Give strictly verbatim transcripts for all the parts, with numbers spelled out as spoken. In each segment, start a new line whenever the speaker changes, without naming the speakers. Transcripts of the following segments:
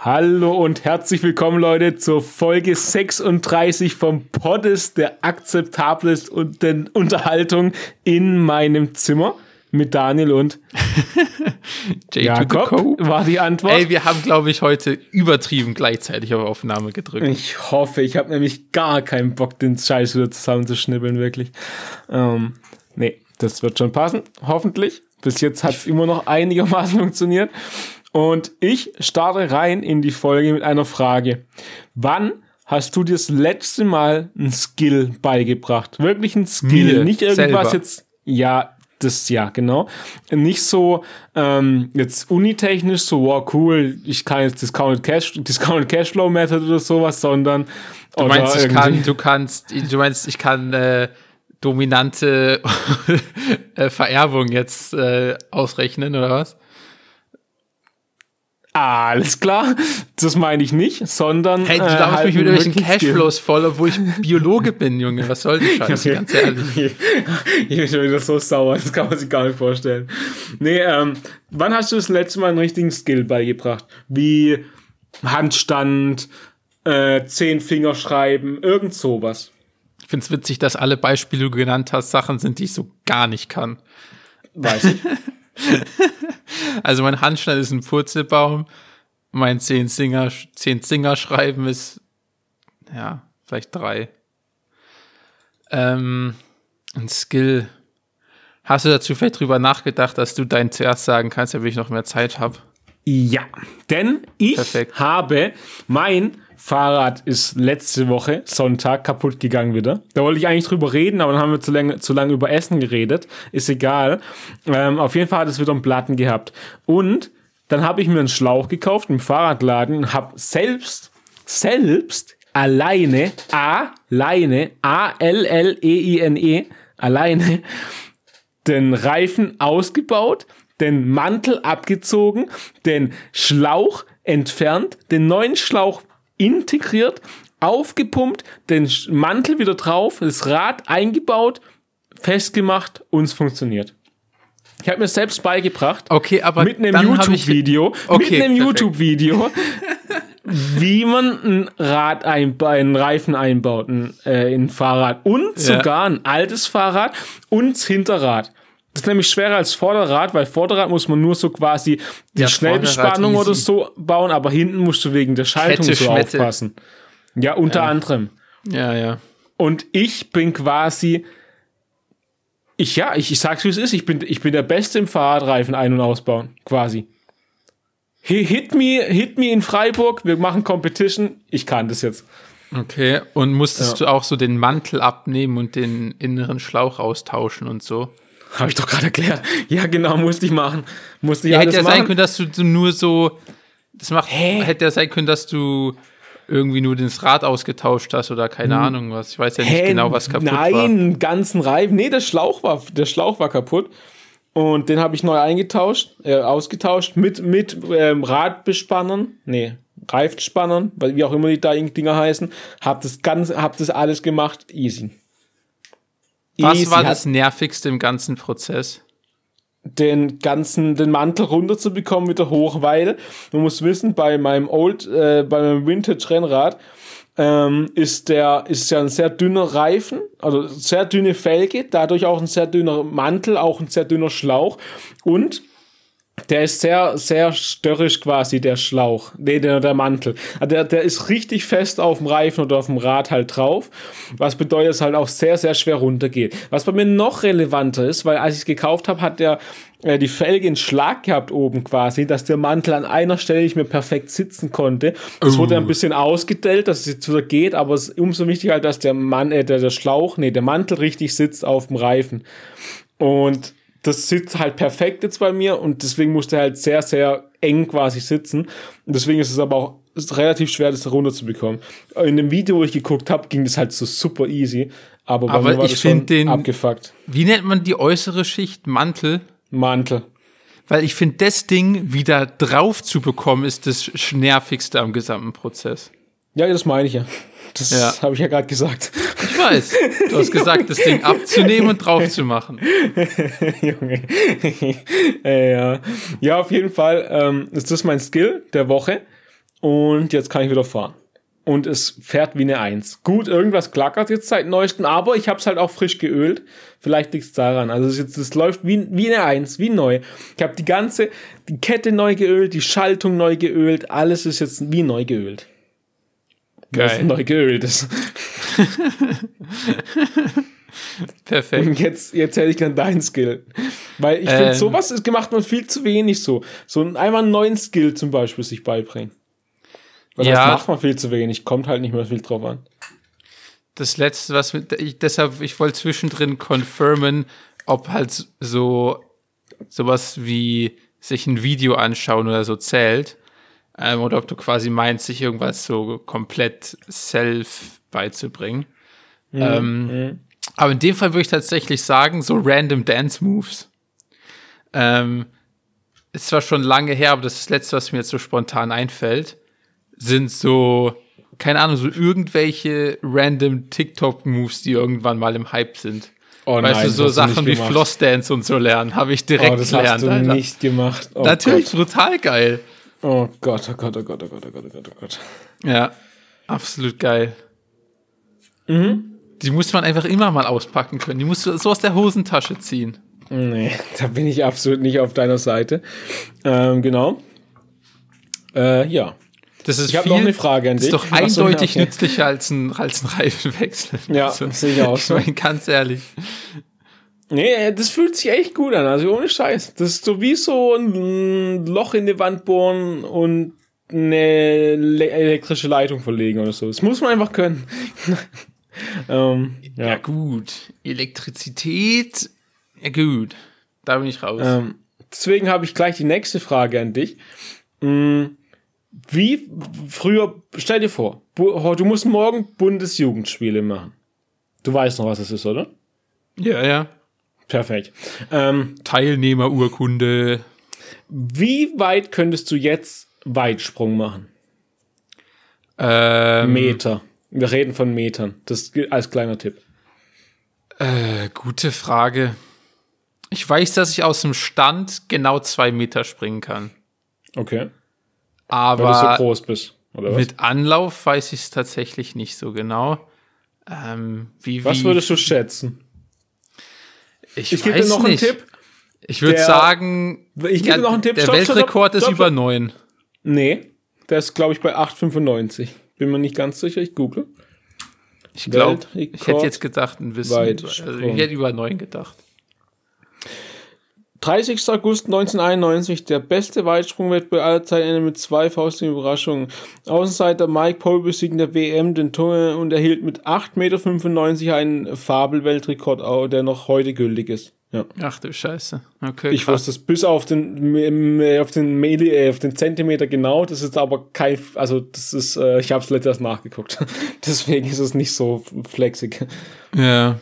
Hallo und herzlich willkommen, Leute, zur Folge sechsunddreißig vom Podcast der akzeptabelsten Unterhaltung in meinem Zimmer mit Daniel und Jakob war die Antwort.
Ey, wir haben, glaube ich, heute übertrieben gleichzeitig auf Aufnahme gedrückt.
Ich hoffe, ich habe nämlich gar keinen Bock, den Scheiß wieder zusammenzuschnibbeln, wirklich. Ähm, nee, das wird schon passen, hoffentlich. Bis jetzt hat es immer noch einigermaßen funktioniert. Und ich starte rein in die Folge mit einer Frage. Wann hast du dir das letzte Mal ein Skill beigebracht? Wirklich ein Skill,
Mir
nicht irgendwas
selber.
jetzt, ja, das, ja, genau. Nicht so, ähm, jetzt unitechnisch, so, wow, cool, ich kann jetzt Discounted Cash, Discounted Cashflow Method oder sowas, sondern,
Du
oder
meinst, ich
irgendwie-
kann, du kannst, du meinst, ich kann äh, dominante äh, Vererbung jetzt äh, ausrechnen, oder was?
Alles klar, das meine ich nicht, sondern
Hey, du
äh,
darfst
halt
mich mit irgendwelchen
wirklich Skill.
Cashflows voll, obwohl ich Biologe bin, Junge. Was soll die Scheiße,
Okay.
ganz ehrlich.
Ich bin schon wieder so sauer, das kann man sich gar nicht vorstellen. Nee, ähm, wann hast du das letzte Mal einen richtigen Skill beigebracht? Wie Handstand, äh, zehn Finger schreiben, irgend sowas.
Ich find's witzig, dass alle Beispiele, die du genannt hast, Sachen sind, die ich so gar nicht kann.
Weiß ich.
Also mein Handstand ist ein Purzelbaum, mein zehn Singer, zehn Singer schreiben ist, ja, vielleicht drei. Ähm, ein Skill. Hast du dazu vielleicht drüber nachgedacht, dass du deinen zuerst sagen kannst, damit ich noch mehr Zeit habe?
Ja, denn ich
Perfekt.
habe, mein Fahrrad ist letzte Woche, Sonntag, kaputt gegangen wieder. Da wollte ich eigentlich drüber reden, aber dann haben wir zu lange, zu lange über Essen geredet. Ist egal. Ähm, auf jeden Fall hat es wieder einen Platten gehabt. Und dann habe ich mir einen Schlauch gekauft im Fahrradladen und habe selbst, selbst alleine, alleine, A L L E I N E, alleine, den Reifen ausgebaut, den Mantel abgezogen, den Schlauch entfernt, den neuen Schlauch integriert, aufgepumpt, den Sch- Mantel wieder drauf, das Rad eingebaut, festgemacht und es funktioniert. Ich habe mir selbst beigebracht,
Okay, aber
mit einem
dann hab ich-
YouTube-Video,
Okay,
mit einem
perfekt.
YouTube-Video, wie man ein Rad einba- einen Reifen einbaut, ein, äh, in ein Fahrrad und
Ja.
sogar ein altes Fahrrad und das Hinterrad. Das ist nämlich schwerer als Vorderrad, weil Vorderrad muss man nur so quasi die
Ja,
Schnellbespannung
Vorderrad
oder
easy.
so bauen, aber hinten musst du wegen der Schaltung
Kette,
so
Schmette.
aufpassen. Ja, unter
Ja.
anderem.
Ja, ja.
Und ich bin quasi, ich ja, ich, ich sag's wie es ist, ich bin, ich bin der Beste im Fahrradreifen ein- und ausbauen, quasi. Hi- Hit me, hit me in Freiburg, wir machen Competition, ich kann das jetzt.
Okay, und musstest
Ja.
du auch so den Mantel abnehmen und den inneren Schlauch austauschen und so?
Habe ich doch gerade erklärt. Ja, genau, musste ich machen. Musste ich
Ja,
alles
hätte ja
machen.
sein können, dass du, du nur so, das macht,
Hä?
hätte ja sein können, dass du irgendwie nur das Rad ausgetauscht hast oder keine Ahnung was. Ich weiß ja nicht
Hä?
genau, was kaputt
Nein,
war.
einen ganzen Reifen. Nee, der Schlauch war, der Schlauch war kaputt. Und den habe ich neu eingetauscht, äh, ausgetauscht mit, mit ähm, Radbespannern. Nee, Reifenspannern, weil- wie auch immer die da Dinger heißen. Hab das Ganze, hab das alles gemacht. Easy.
Was
Easy.
war
Hat
das Nervigste im ganzen Prozess?
den ganzen, den Mantel runterzubekommen mit der Hochweide. Man muss wissen, bei meinem Old, äh, bei meinem Vintage-Rennrad, ähm, ist der, ist ja ein sehr dünner Reifen, also sehr dünne Felge, dadurch auch ein sehr dünner Mantel, auch ein sehr dünner Schlauch und der ist sehr, sehr störrisch quasi, der Schlauch. Nee, der, der Mantel. Also Der, der ist richtig fest auf dem Reifen oder auf dem Rad halt drauf. Was bedeutet, dass es halt auch sehr, sehr schwer runtergeht. Was bei mir noch relevanter ist, weil als ich es gekauft habe, hat der äh, die Felge einen Schlag gehabt oben quasi, dass der Mantel an einer Stelle nicht mehr perfekt sitzen konnte. Das
Oh.
wurde ein bisschen ausgedellt, dass es jetzt wieder geht, aber es ist umso wichtiger halt, dass der Mann, äh, der, der Schlauch, nee, der Mantel richtig sitzt auf dem Reifen. Und das sitzt halt perfekt jetzt bei mir und deswegen musste er halt sehr, sehr eng quasi sitzen. Und deswegen ist es aber auch ist relativ schwer, das runterzubekommen. In dem Video, wo ich geguckt habe, ging das halt so super easy. Aber bei
Aber
mir war
ich
das schon
find den-
abgefuckt.
Wie nennt man die äußere Schicht? Mantel?
Mantel.
Weil ich finde, das Ding wieder drauf zu bekommen, ist das sch- nervigste am gesamten Prozess.
Ja, das meine ich ja. Das
Ja.
habe ich ja gerade gesagt.
Ich weiß. Du hast gesagt, das Ding abzunehmen und drauf zu machen.
Junge. äh, ja. ja, auf jeden Fall ähm, ist das mein Skill der Woche. und jetzt kann ich wieder fahren. Und es fährt wie eine Eins. Gut, irgendwas klackert jetzt seit neuestem, aber ich habe es halt auch frisch geölt. Vielleicht liegt es daran. Also es, jetzt, es läuft wie, wie eine Eins, wie neu. Ich habe die ganze die Kette neu geölt, die Schaltung neu geölt. Alles ist jetzt wie neu geölt.
Geil.
Was neu geölt ist.
Perfekt.
Und jetzt, jetzt hätte ich dann deinen Skill. Weil ich ähm, finde, sowas ist, macht man viel zu wenig so. So einmal einen neuen Skill zum Beispiel sich beibringen. Weil
ja,
das macht man viel zu wenig, kommt halt nicht mehr viel drauf an.
Das Letzte, was mit, ich, deshalb, ich wollte zwischendrin confirmen, ob halt so sowas wie sich ein Video anschauen oder so zählt, ähm, oder ob du quasi meinst, sich irgendwas so komplett self beizubringen. Mhm. Ähm, mhm. Aber in dem Fall würde ich tatsächlich sagen, so random Dance Moves. Ähm, ist zwar schon lange her, aber das ist das Letzte, was mir jetzt so spontan einfällt, sind so, keine Ahnung, so irgendwelche random TikTok-Moves, die irgendwann mal im Hype sind.
Oh
weißt
nein,
du, so Sachen wie Flossdance und so lernen, habe ich direkt
oh, das
gelernt.
Das hast du
Alter.
nicht gemacht. Oh
Natürlich,
Gott.
Brutal geil.
Oh Gott, oh Gott, oh Gott, oh Gott, oh Gott, oh Gott, oh Gott.
Ja, absolut geil.
Mhm.
Die muss man einfach immer mal auspacken können. Die musst du so aus der Hosentasche ziehen.
Nee, da bin ich absolut nicht auf deiner Seite. Ähm, genau. Äh, ja.
Das ist
ich habe noch eine Frage an dich.
Das ist doch eindeutig okay. nützlicher als ein, als ein Reifenwechsel.
Ja,
also,
sehe ich auch so.
Ich meine, ganz ehrlich.
Nee, das fühlt sich echt gut an, also ohne Scheiß. Das ist so wie so ein Loch in die Wand bohren und eine elektrische Leitung verlegen oder so. Das muss man einfach können. ähm, ja.
ja gut, Elektrizität, ja gut, da bin ich raus.
Ähm, deswegen habe ich gleich die nächste Frage an dich. Hm, Wie früher, stell dir vor, du musst morgen Bundesjugendspiele machen. Du weißt noch, was es ist, oder?
Ja, ja.
Perfekt. Ähm,
Teilnehmerurkunde.
Wie weit könntest du jetzt Weitsprung machen?
Ähm,
Meter. Wir reden von Metern. Das als kleiner Tipp.
Äh, gute Frage. Ich weiß, dass ich aus dem Stand genau zwei Meter springen kann.
Okay.
Aber
weil du so groß bist, oder was?
Mit Anlauf weiß ich es tatsächlich nicht so genau. Ähm, wie,
was
wie,
würdest du schätzen?
Ich,
ich gebe dir noch
nicht.
einen Tipp.
Ich würde sagen,
ich gebe dir noch einen Tipp.
Der
stopp,
Weltrekord
stopp, stopp,
ist über neun.
Nee, der ist, glaube ich, bei acht Komma fünfundneunzig. Bin mir nicht ganz sicher, ich google.
Ich glaube, ich hätte jetzt gedacht, ein bisschen. Also ich hätte über neun gedacht.
dreißigster August neunzehnhunderteinundneunzig, der beste Weitsprungwettbewerb aller Zeiten mit zwei faustigen Überraschungen. Außenseiter Mike Pole besiegt in der W M den Turner und erhielt mit acht Komma fünfundneunzig Meter einen Fabel-Weltrekord, der noch heute gültig ist. Ja.
Ach du Scheiße. Okay,
ich wusste es bis auf den, auf den, Milli, auf den Zentimeter genau, das ist aber kein, also das ist, äh, ich habe es letztes nachgeguckt. Deswegen ist es nicht so flexig.
Ja.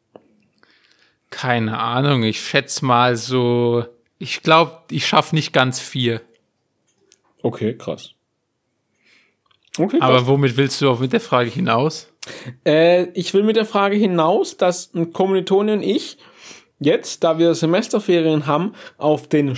Keine Ahnung, ich schätze mal so, ich glaube, ich schaffe nicht ganz vier.
Okay, krass. Okay, krass.
Aber womit willst du auch mit der Frage hinaus?
Äh, ich will mit der Frage hinaus, dass ein Kommilitone und ich jetzt, da wir Semesterferien haben, auf den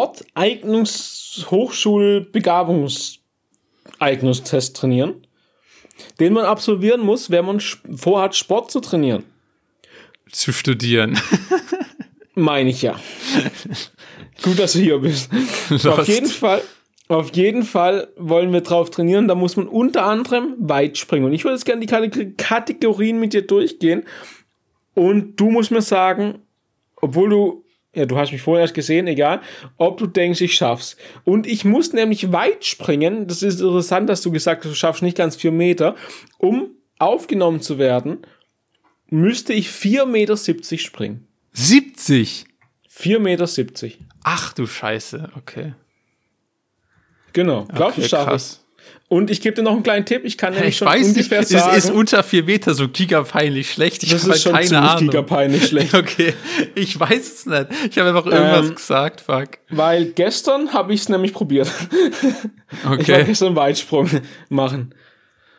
Sport-Eignungs-Hochschul-Begabungseignungstest trainieren, den man absolvieren muss, wenn man vorhat, Sport zu trainieren.
Zu studieren.
Meine ich ja. Gut, dass du hier bist. Auf jeden Fall, auf jeden Fall wollen wir drauf trainieren. Da muss man unter anderem Weitspringen. Und ich würde jetzt gerne die Kategorien mit dir durchgehen. Und du musst mir sagen, obwohl du, ja, du hast mich vorher erst gesehen, egal, ob du denkst, ich schaff's. Und ich muss nämlich weit springen. Das ist interessant, dass du gesagt hast, du schaffst nicht ganz vier Meter. Um aufgenommen zu werden, müsste ich vier Meter siebzig springen.
siebzig?
vier Meter siebzig.
Ach du Scheiße, okay.
Genau, glaubst du,
okay,
schaffe ich. Und ich gebe dir noch einen kleinen Tipp, ich kann nämlich
ich
schon
weiß
ungefähr
nicht,
sagen.
Es ist unter vier Meter so gigapeinlich schlecht. Ich
das
habe
ist schon
keine
ziemlich
Ahnung.
gigapeinlich schlecht.
Okay, ich weiß es nicht. Ich habe einfach irgendwas
ähm,
gesagt, fuck.
Weil gestern habe ich es nämlich probiert.
Okay.
Ich wollte gestern einen Weitsprung machen.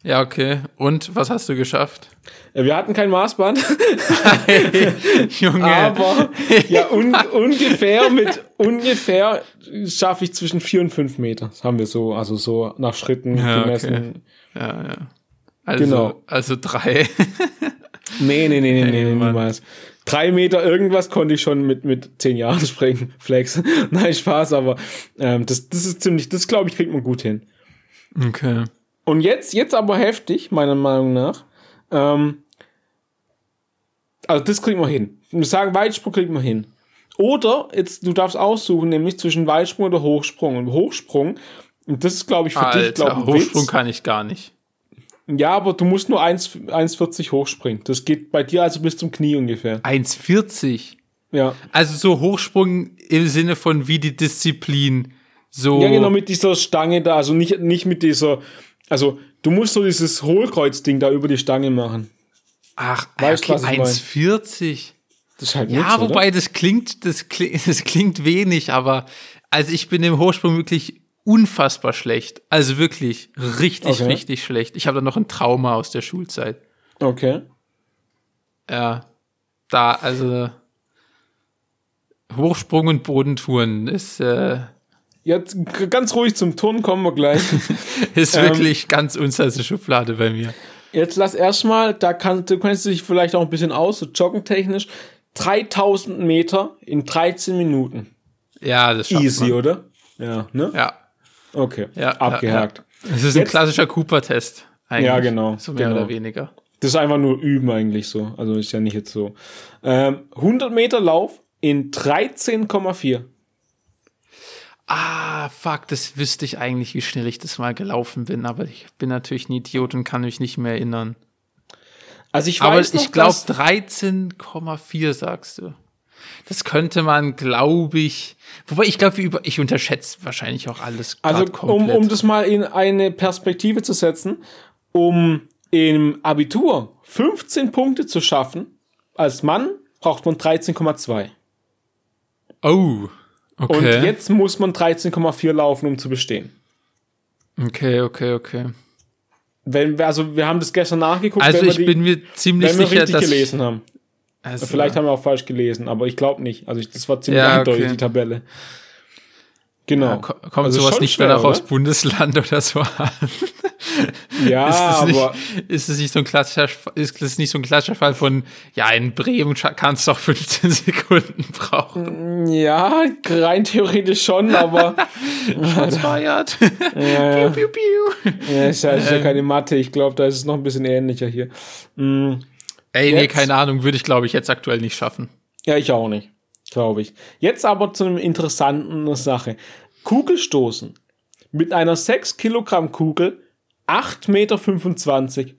Ja, okay. Und was hast du geschafft?
Wir hatten kein Maßband.
Junge.
Aber ja, un, ungefähr mit ungefähr schaffe ich zwischen vier und fünf Meter. Das haben wir so, also so nach Schritten
Ja,
gemessen.
okay. Ja, ja. Also,
Genau.
also drei.
Nee, nee, nee, nee,
Hey,
nee, nee
Mann.
niemals. Drei Meter irgendwas konnte ich schon mit, mit zehn Jahren springen. Flex. Nein, Spaß, aber ähm, das, das ist ziemlich, das glaube ich, kriegt man gut hin.
Okay.
Und jetzt, jetzt aber heftig, meiner Meinung nach. Ähm, also das kriegen wir hin. Wir sagen, Weitsprung kriegen wir hin. Oder, jetzt, du darfst aussuchen, nämlich zwischen Weitsprung oder Hochsprung. Und Hochsprung, und das ist, glaube ich, für
Alter,
dich, glaube ich, ein
Hochsprung
Witz.
kann ich gar nicht.
Ja, aber du musst nur eins Komma vierzig hochspringen. Das geht bei dir also bis zum Knie ungefähr.
eins Komma vierzig.
Ja.
Also so Hochsprung im Sinne von wie die Disziplin. So.
Ja, genau, mit dieser Stange da, also nicht, nicht mit dieser, also du musst so dieses Hohlkreuz-Ding da über die Stange machen.
Ach,
Weißt,
okay,
was ich mein?
eins Komma vierzig.
Das ist halt
Ja,
nix,
wobei
oder?
das klingt, das klingt, das klingt wenig, aber also ich bin im Hochsprung wirklich unfassbar schlecht. Also wirklich richtig,
Okay.
richtig schlecht. Ich habe da noch ein Trauma aus der Schulzeit.
Okay.
Ja, da, also Hochsprung und Bodentouren ist, äh,
Jetzt g- ganz ruhig zum Turnen kommen wir gleich.
ist
Ähm.
wirklich ganz unterste Schublade bei mir.
Jetzt lass erstmal, da kann, du kennst dich vielleicht auch ein bisschen aus, so joggentechnisch, dreitausend Meter in dreizehn Minuten.
Ja, das schafft
Easy,
man.
oder? Ja, ne?
Ja,
Okay,
ja,
abgehakt.
Ja, ja. Das ist ein
Jetzt-
klassischer Cooper-Test. Eigentlich.
Ja, genau,
So mehr
genau.
oder weniger.
Das ist einfach nur üben eigentlich so. Also ist ja nicht jetzt so. Ähm, hundert Meter Lauf in dreizehn Komma vier.
Ah, fuck, das wüsste ich eigentlich, wie schnell ich das mal gelaufen bin, aber ich bin natürlich ein Idiot und kann mich nicht mehr erinnern.
Also ich
Aber
weiß noch,
ich glaube
dass-
dreizehn Komma vier sagst du. Das könnte man, glaube ich, wobei ich glaube, ich unterschätze wahrscheinlich auch alles
Also
grad
um,
komplett.
um das mal in eine Perspektive zu setzen, um im Abitur fünfzehn Punkte zu schaffen, als Mann braucht man dreizehn Komma zwei.
Oh, okay.
Und jetzt muss man dreizehn Komma vier laufen, um zu bestehen.
Okay, okay, okay.
Wenn wir, also wir haben das gestern nachgeguckt,
Also
wenn
ich
wir, die,
bin mir ziemlich
wenn wir
sicher,
richtig
dass
gelesen haben.
Also,
Vielleicht haben wir auch falsch gelesen, aber ich glaube nicht. Also ich, das war ziemlich
Ja,
eindeutig,
okay.
die Tabelle. Genau.
ja, ko- kommt
Also
sowas
schon
nicht
schwer,
dann auch aus
oder?
Bundesland oder so an?
Ja,
ist, das
aber
nicht, ist das nicht so ein klassischer, ist das nicht so ein klassischer Fall von, ja, in Bremen scha- kannst du auch fünfzehn Sekunden brauchen.
ja, rein theoretisch schon, aber
Shots fired.
ja,
Piu, piu.
ja, ist, ja, ist
Ähm.
ja keine Mathe. Ich glaube, da ist es noch ein bisschen ähnlicher hier. Mm,
Ey, nee,
Jetzt-
keine Ahnung, würde ich, glaube ich, jetzt aktuell nicht schaffen.
ja, ich auch nicht, glaube ich. Jetzt aber zu einer interessanten Sache. Kugelstoßen. Mit einer sechs Kilogramm Kugel acht Meter fünfundzwanzig.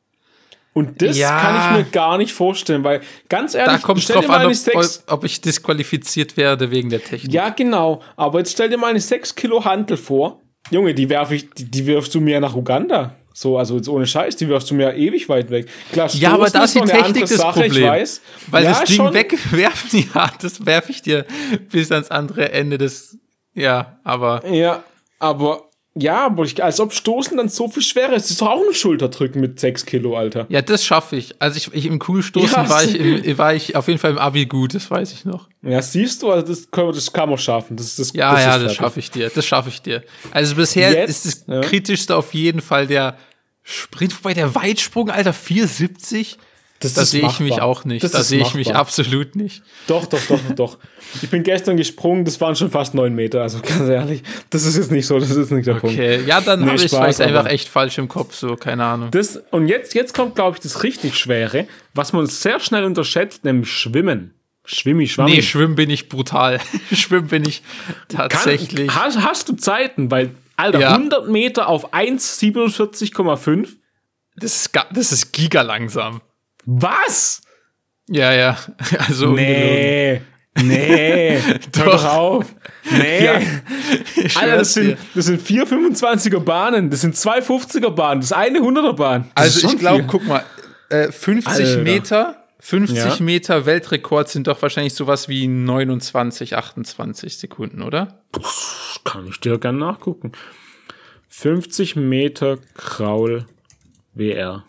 Und das
Ja.
kann ich mir gar nicht vorstellen, weil ganz ehrlich,
Da kommt es
stell
drauf
dir mal
an,
eine
ob,
sechs
ob ich disqualifiziert werde wegen der Technik.
Ja, genau. Aber jetzt stell dir mal eine sechs Kilo Hantel vor. Junge, die werf ich, die, die wirfst du mir nach Uganda. So, also jetzt ohne Scheiß, die wirfst du mir ewig weit weg. Klar,
Ja, aber
Stoßen
da ist die
noch eine
Technik
andere
das
Sache,
Problem.
Ich weiß.
Weil
ja,
das Ding
schon.
wegwerfen, ja, das werfe ich dir bis ans andere Ende des, ja, aber
Ja, aber, ja, aber ich, als ob Stoßen dann so viel schwerer ist. Das ist doch auch ein Schulterdrücken mit sechs Kilo, Alter.
ja, das schaffe ich. Also ich, ich im Kugelstoßen
Ja,
war, ich im, war ich auf jeden Fall im Abi gut, das weiß ich noch.
Ja, siehst du, also das, können wir- das kann man schaffen. Das, das,
Ja,
das
ja,
ist
das
fertig.
schaffe ich dir, das schaffe ich dir. Also bisher
Jetzt,
ist das
ja.
kritischste auf jeden Fall der Sprint, wobei der Weitsprung, Alter, vier siebzig,
Das
da
ist
sehe ich mich
machbar.
auch nicht.
Das
Da
ist
sehe ich mich
machbar.
absolut nicht.
Doch, doch, doch, doch. Ich bin gestern gesprungen, das waren schon fast neun Meter, also ganz ehrlich. Das ist jetzt nicht so, das ist nicht der Punkt.
Okay, ja, dann
Nee,
habe ich es
Spaß,
vielleicht einfach
aber-
echt falsch im Kopf, so, keine Ahnung.
Das, und jetzt, jetzt kommt, glaube ich, das richtig Schwere, was man sehr schnell unterschätzt, nämlich Schwimmen. Schwimmi, Schwammi.
Nee, schwimmen bin ich brutal. Schwimmen bin ich tatsächlich.
Kann, hast, hast du Zeiten? Weil, Alter,
Ja.
hundert Meter auf eins siebenundvierzig Komma fünf?
Das ist, ga- das ist giga langsam.
Was?
Ja, ja. Also
Nee. Nee. Hör
Doch.
doch auf. Nee.
Ja. ich
Alter, das
schwör's dir.
sind, das sind vier fünfundzwanziger Bahnen, das sind zwei fünfziger Bahnen, das ist eine hunderter Bahn. Das ist
Also
schon
ich glaube,
viel.
guck mal, äh, fünfzig
Alter.
Meter, fünfzig
Ja.
Meter Weltrekord sind doch wahrscheinlich sowas wie neunundzwanzig, achtundzwanzig Sekunden, oder?
Kann ich dir gerne nachgucken. fünfzig Meter Kraul W R.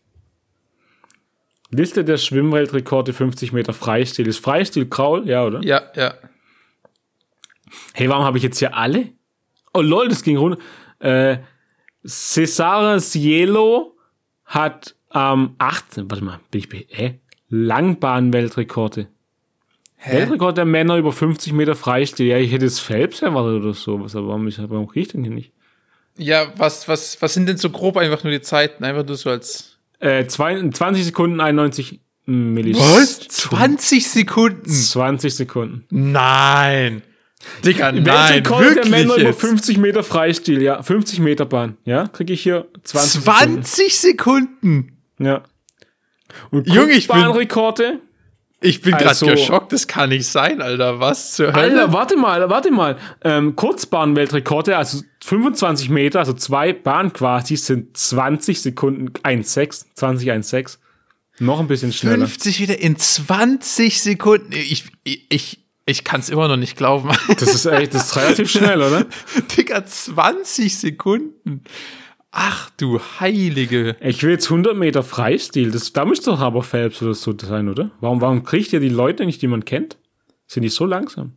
Liste der Schwimmweltrekorde fünfzig Meter Freistil. Ist Freistil Kraul? Ja, oder?
Ja, ja.
Hey, warum habe ich jetzt hier alle? Oh lol, das ging runter. Äh, Cesare Cielo hat am ähm, achtzehn, warte mal, bin ich, hä? Langbahn-Weltrekorde. Hä? Weltrekord der Männer über fünfzig Meter Freistil. Ja, ich hätte es Phelps erwartet oder sowas, aber warum, warum kriege ich denn hier nicht?
Ja, was, was, was sind denn so grob einfach nur die Zeiten? Einfach nur so als...
Äh, zwanzig Sekunden, einundneunzig Millisekunden.
Was? zwanzig Sekunden?
zwanzig Sekunden.
Nein. Digga, nein,
Weltrekord
wirklich
der Männer
jetzt?
über fünfzig Meter Freistil, ja. fünfzig Meter Bahn, ja. Kriege ich hier zwanzig
zwanzig Sekunden?
Ja. Und
Junge, ich bin-
Kurzbahnrekorde?
Ich bin
Also-
gerade geschockt, das kann nicht sein, Alter. Was zur Hölle?
Alter, warte mal, warte mal. Ähm, Kurzbahn-Weltrekorde, also fünfundzwanzig Meter, also zwei Bahnen quasi, sind zwanzig Sekunden, eins Komma sechs, zwanzig Komma sechs. Noch ein bisschen schneller.
fünfzig wieder in zwanzig Sekunden. Ich, ich, ich, ich kann es immer noch nicht glauben.
Das ist echt, das ist relativ schnell, oder?
Digga, zwanzig Sekunden. Ach du Heilige.
Ich will jetzt hundert Meter Freistil. Das, da müsste doch aber Phelps oder so sein, oder? Warum, warum kriegt ihr die Leute nicht, die man kennt? Sind die so langsam?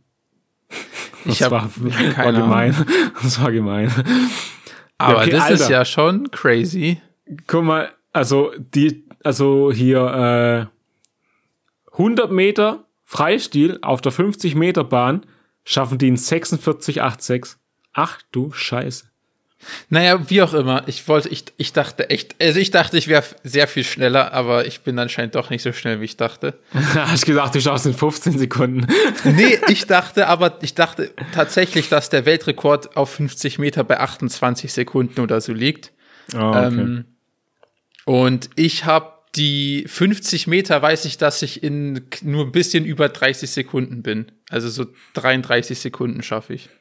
Das
Ich hab
war,
keine
war gemein. Das war gemein.
Aber
Ja, okay,
das
Alter.
ist ja schon crazy.
Guck mal, also die, also hier äh, hundert Meter Freistil auf der fünfzig Meter Bahn schaffen die in sechsundvierzig Komma sechsundachtzig. Ach du Scheiße.
Naja, wie auch immer. Ich wollte, ich, ich dachte echt, also ich dachte, ich wäre sehr viel schneller, aber ich bin anscheinend doch nicht so schnell, wie ich dachte.
Hast gedacht, du schaffst in fünfzehn Sekunden.
Nee, ich dachte aber, ich dachte tatsächlich, dass der Weltrekord auf fünfzig Meter bei achtundzwanzig Sekunden oder so liegt.
Oh, okay.
Ähm, und ich habe die fünfzig Meter, weiß ich, dass ich in nur ein bisschen über dreißig Sekunden bin. Also so dreiunddreißig Sekunden schaffe ich.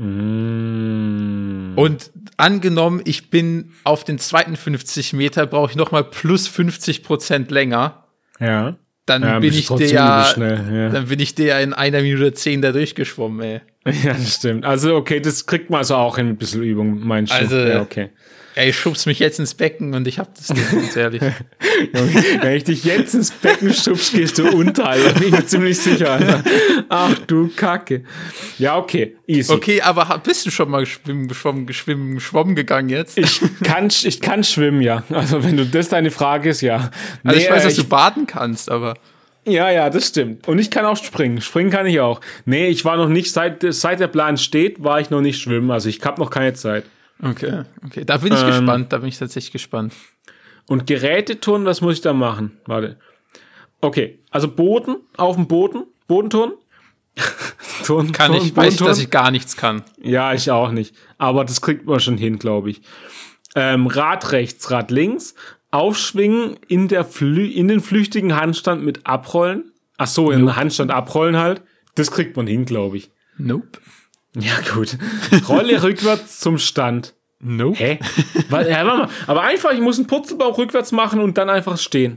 Mm.
Und angenommen, ich bin auf den zweiten fünfzig Meter, brauche ich noch mal plus fünfzig Prozent länger.
Ja.
Dann
Ja,
bin
bist
ich
trotzdem
der,
übel schnell, ja.
dann bin ich der in einer Minute zehn da durchgeschwommen, ey.
Ja, das stimmt. Also, okay, das kriegt man also auch in ein bisschen Übung, meinst du?
Also,
ja, okay.
Ey, schubst mich jetzt ins Becken und ich hab das nicht, ganz ehrlich.
Wenn ich dich jetzt ins Becken schubst, gehst du unter, Alter. Bin ich mir ziemlich sicher, Alter. Ach du Kacke. Ja, okay, easy.
Okay, aber ha- bist du schon mal geschwimmen, geschwommen, geschwimmen, geschwommen gegangen jetzt?
Ich kann, ich kann schwimmen, ja. Also, wenn du das deine Frage ist, ja.
Also
Nee,
ich weiß,
äh,
dass du baden kannst, aber
Ja, ja, das stimmt. Und ich kann auch springen. Springen kann ich auch. Nee, ich war noch nicht, seit, seit der Plan steht, war ich noch nicht schwimmen. Also ich habe noch keine Zeit.
okay, okay, da bin ich
Ähm,
gespannt, da bin ich tatsächlich gespannt.
Und Geräteturnen, was muss ich da machen? Warte. Okay, also Boden, auf dem Boden, Bodenturnen. Turn,
Kann
Turn,
ich, weiß ich,
Bodenturnen.
dass ich gar nichts kann.
Ja, ich auch nicht. Aber das kriegt man schon hin, glaube ich. Ähm, Rad rechts, Rad links. Aufschwingen in, der Flü in den flüchtigen Handstand mit Abrollen. Ach so, in den
Nope.
Handstand abrollen halt. Das kriegt man hin, glaube ich.
Nope.
Ja, gut. Rolle rückwärts zum Stand.
Nope.
Hä? Was, ja, warte mal. Aber einfach, ich muss einen Purzelbaum rückwärts machen und dann einfach stehen.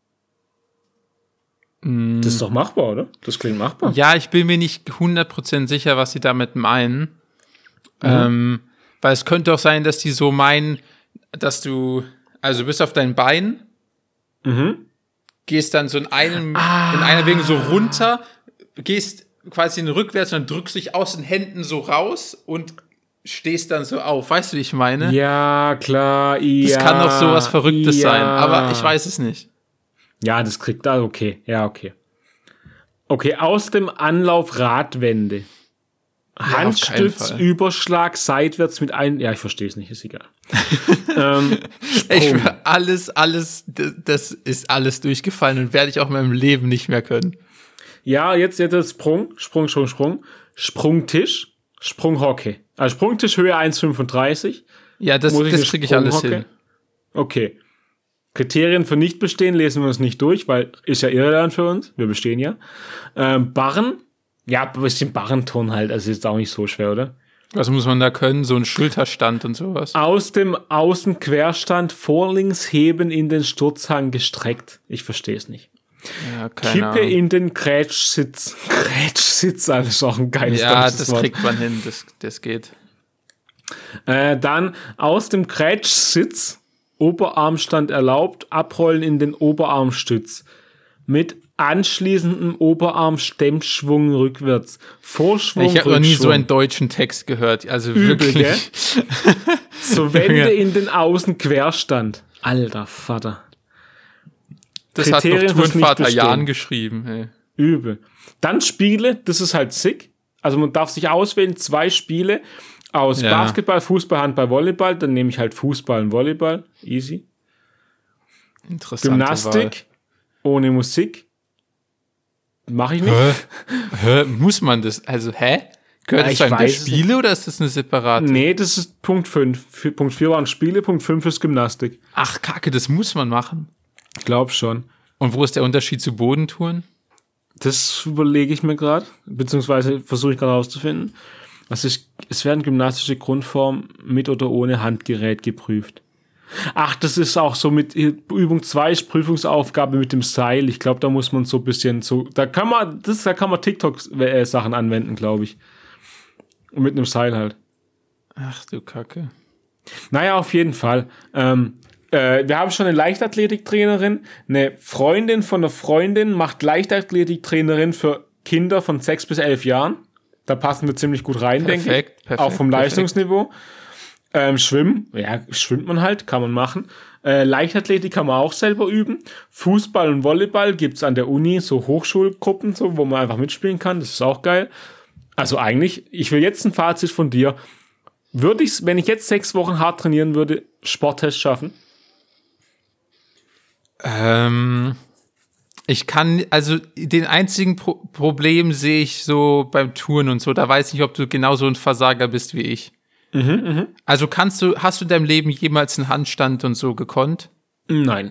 Mm.
Das ist doch machbar, oder? Das klingt machbar.
Ja, ich bin mir nicht hundert Prozent sicher, was sie damit meinen. Ähm, weil es könnte auch sein, dass die so meinen, dass du, also du bist auf deinen Beinen,
Mhm.
gehst dann so in einem, in einer Bewegung so runter, gehst quasi in rückwärts und dann drückst dich aus den Händen so raus und stehst dann so auf. Weißt du, wie ich meine?
Ja, klar. Ja,
Das kann doch sowas Verrücktes
ja.
sein, aber ich weiß es nicht.
Ja, das kriegt da, okay. Ja, okay. Okay, aus dem Anlauf Radwende.
auf keinen
Handstütz,
Fall.
Überschlag, seitwärts mit ein. Ja, ich verstehe es nicht, ist egal. ähm,
Ich
Sprung.
schwör, alles, alles, das, das ist alles durchgefallen und werde ich auch in meinem Leben nicht mehr können.
Ja, jetzt, jetzt ist Sprung, Sprung, Sprung, Sprung. Sprungtisch, Sprunghocke. Also Sprungtisch Höhe eins Komma fünfunddreißig.
Ja, das,
Muss ich
das
eine
kriege ich alles
Sprunghocke?
hin.
Okay. Kriterien für nicht bestehen lesen wir uns nicht durch, weil ist ja Irrelevant für uns. Wir bestehen ja. Ähm, Barren. Ja, ein bisschen Barrenton halt. Also ist auch nicht so schwer, oder?
Was muss man da können? So ein Schulterstand und sowas.
Aus dem Außenquerstand vorlinks heben in den Sturzhang gestreckt. Ich verstehe es nicht.
Ja, keine
Kippe
Ahnung.
in den Grätschsitz. Grätschsitz, das ist auch ein geiles
Ja,
deutsches
das
Wort.
kriegt man hin, das, das geht.
Äh, dann aus dem Grätschsitz Oberarmstand erlaubt, abrollen in den Oberarmstütz. Mit anschließendem Oberarmstemmschwung rückwärts. Vorschwung,
Ich habe noch nie so
Rückschwung.
einen deutschen Text gehört. Also
Übel,
wirklich.
gell? Zur Wende in den Außenquerstand. Alter Vater.
Das hat
Kriterien
noch
fürs
Turnvater
Nichtbestehen.
Jan geschrieben. Ey.
Übel. Dann Spiele, das ist halt sick. Also man darf sich auswählen, zwei Spiele aus
Ja.
Basketball, Fußball, Handball, Volleyball. Dann nehme ich halt Fußball und Volleyball. Easy.
Interessante
Gymnastik ohne Musik. Mache ich nicht.
Wahl. Hä? Hä? Muss man das? Also, hä? Gehört
Ja,
das
ich
zu einem der
weiß es
Spiele oder ist das eine separate?
Nee, das ist Punkt fünf. Für- Punkt vier waren Spiele, Punkt fünf ist Gymnastik.
Ach, Kacke, das muss man machen.
Ich glaube schon.
Und wo ist der Unterschied zu Bodentouren?
Das überlege ich mir gerade, beziehungsweise versuche ich gerade herauszufinden. Also ich, es werden gymnastische Grundformen mit oder ohne Handgerät geprüft. Ach, das ist auch so mit Übung zwei ist Prüfungsaufgabe mit dem Seil. Ich glaube, da muss man so ein bisschen so, da kann man, das, da kann man TikTok-Sachen anwenden, glaube ich. Und mit einem Seil halt.
Ach du Kacke.
Naja, auf jeden Fall. Ähm, äh, wir haben schon eine Leichtathletiktrainerin. Eine Freundin von einer Freundin macht Leichtathletiktrainerin für Kinder von sechs bis elf Jahren. Da passen wir ziemlich gut rein, denke ich.
Perfekt, perfekt.
Auch vom
perfekt.
Leistungsniveau. Ähm, Schwimmen, ja, schwimmt man halt, kann man machen. Äh, Leichtathletik kann man auch selber üben. Fußball und Volleyball gibt's an der Uni, so Hochschulgruppen, so, wo man einfach mitspielen kann. Das ist auch geil. Also eigentlich, ich will jetzt ein Fazit von dir. Würde ich, wenn ich jetzt sechs Wochen hart trainieren würde, Sporttest schaffen?
Ähm, ich kann, also den einzigen Pro- Problem sehe ich so beim Touren und so. Da weiß ich nicht, ob du genauso ein Versager bist wie ich.
Mhm,
Also kannst du, hast du in deinem Leben jemals einen Handstand und so gekonnt?
Nein.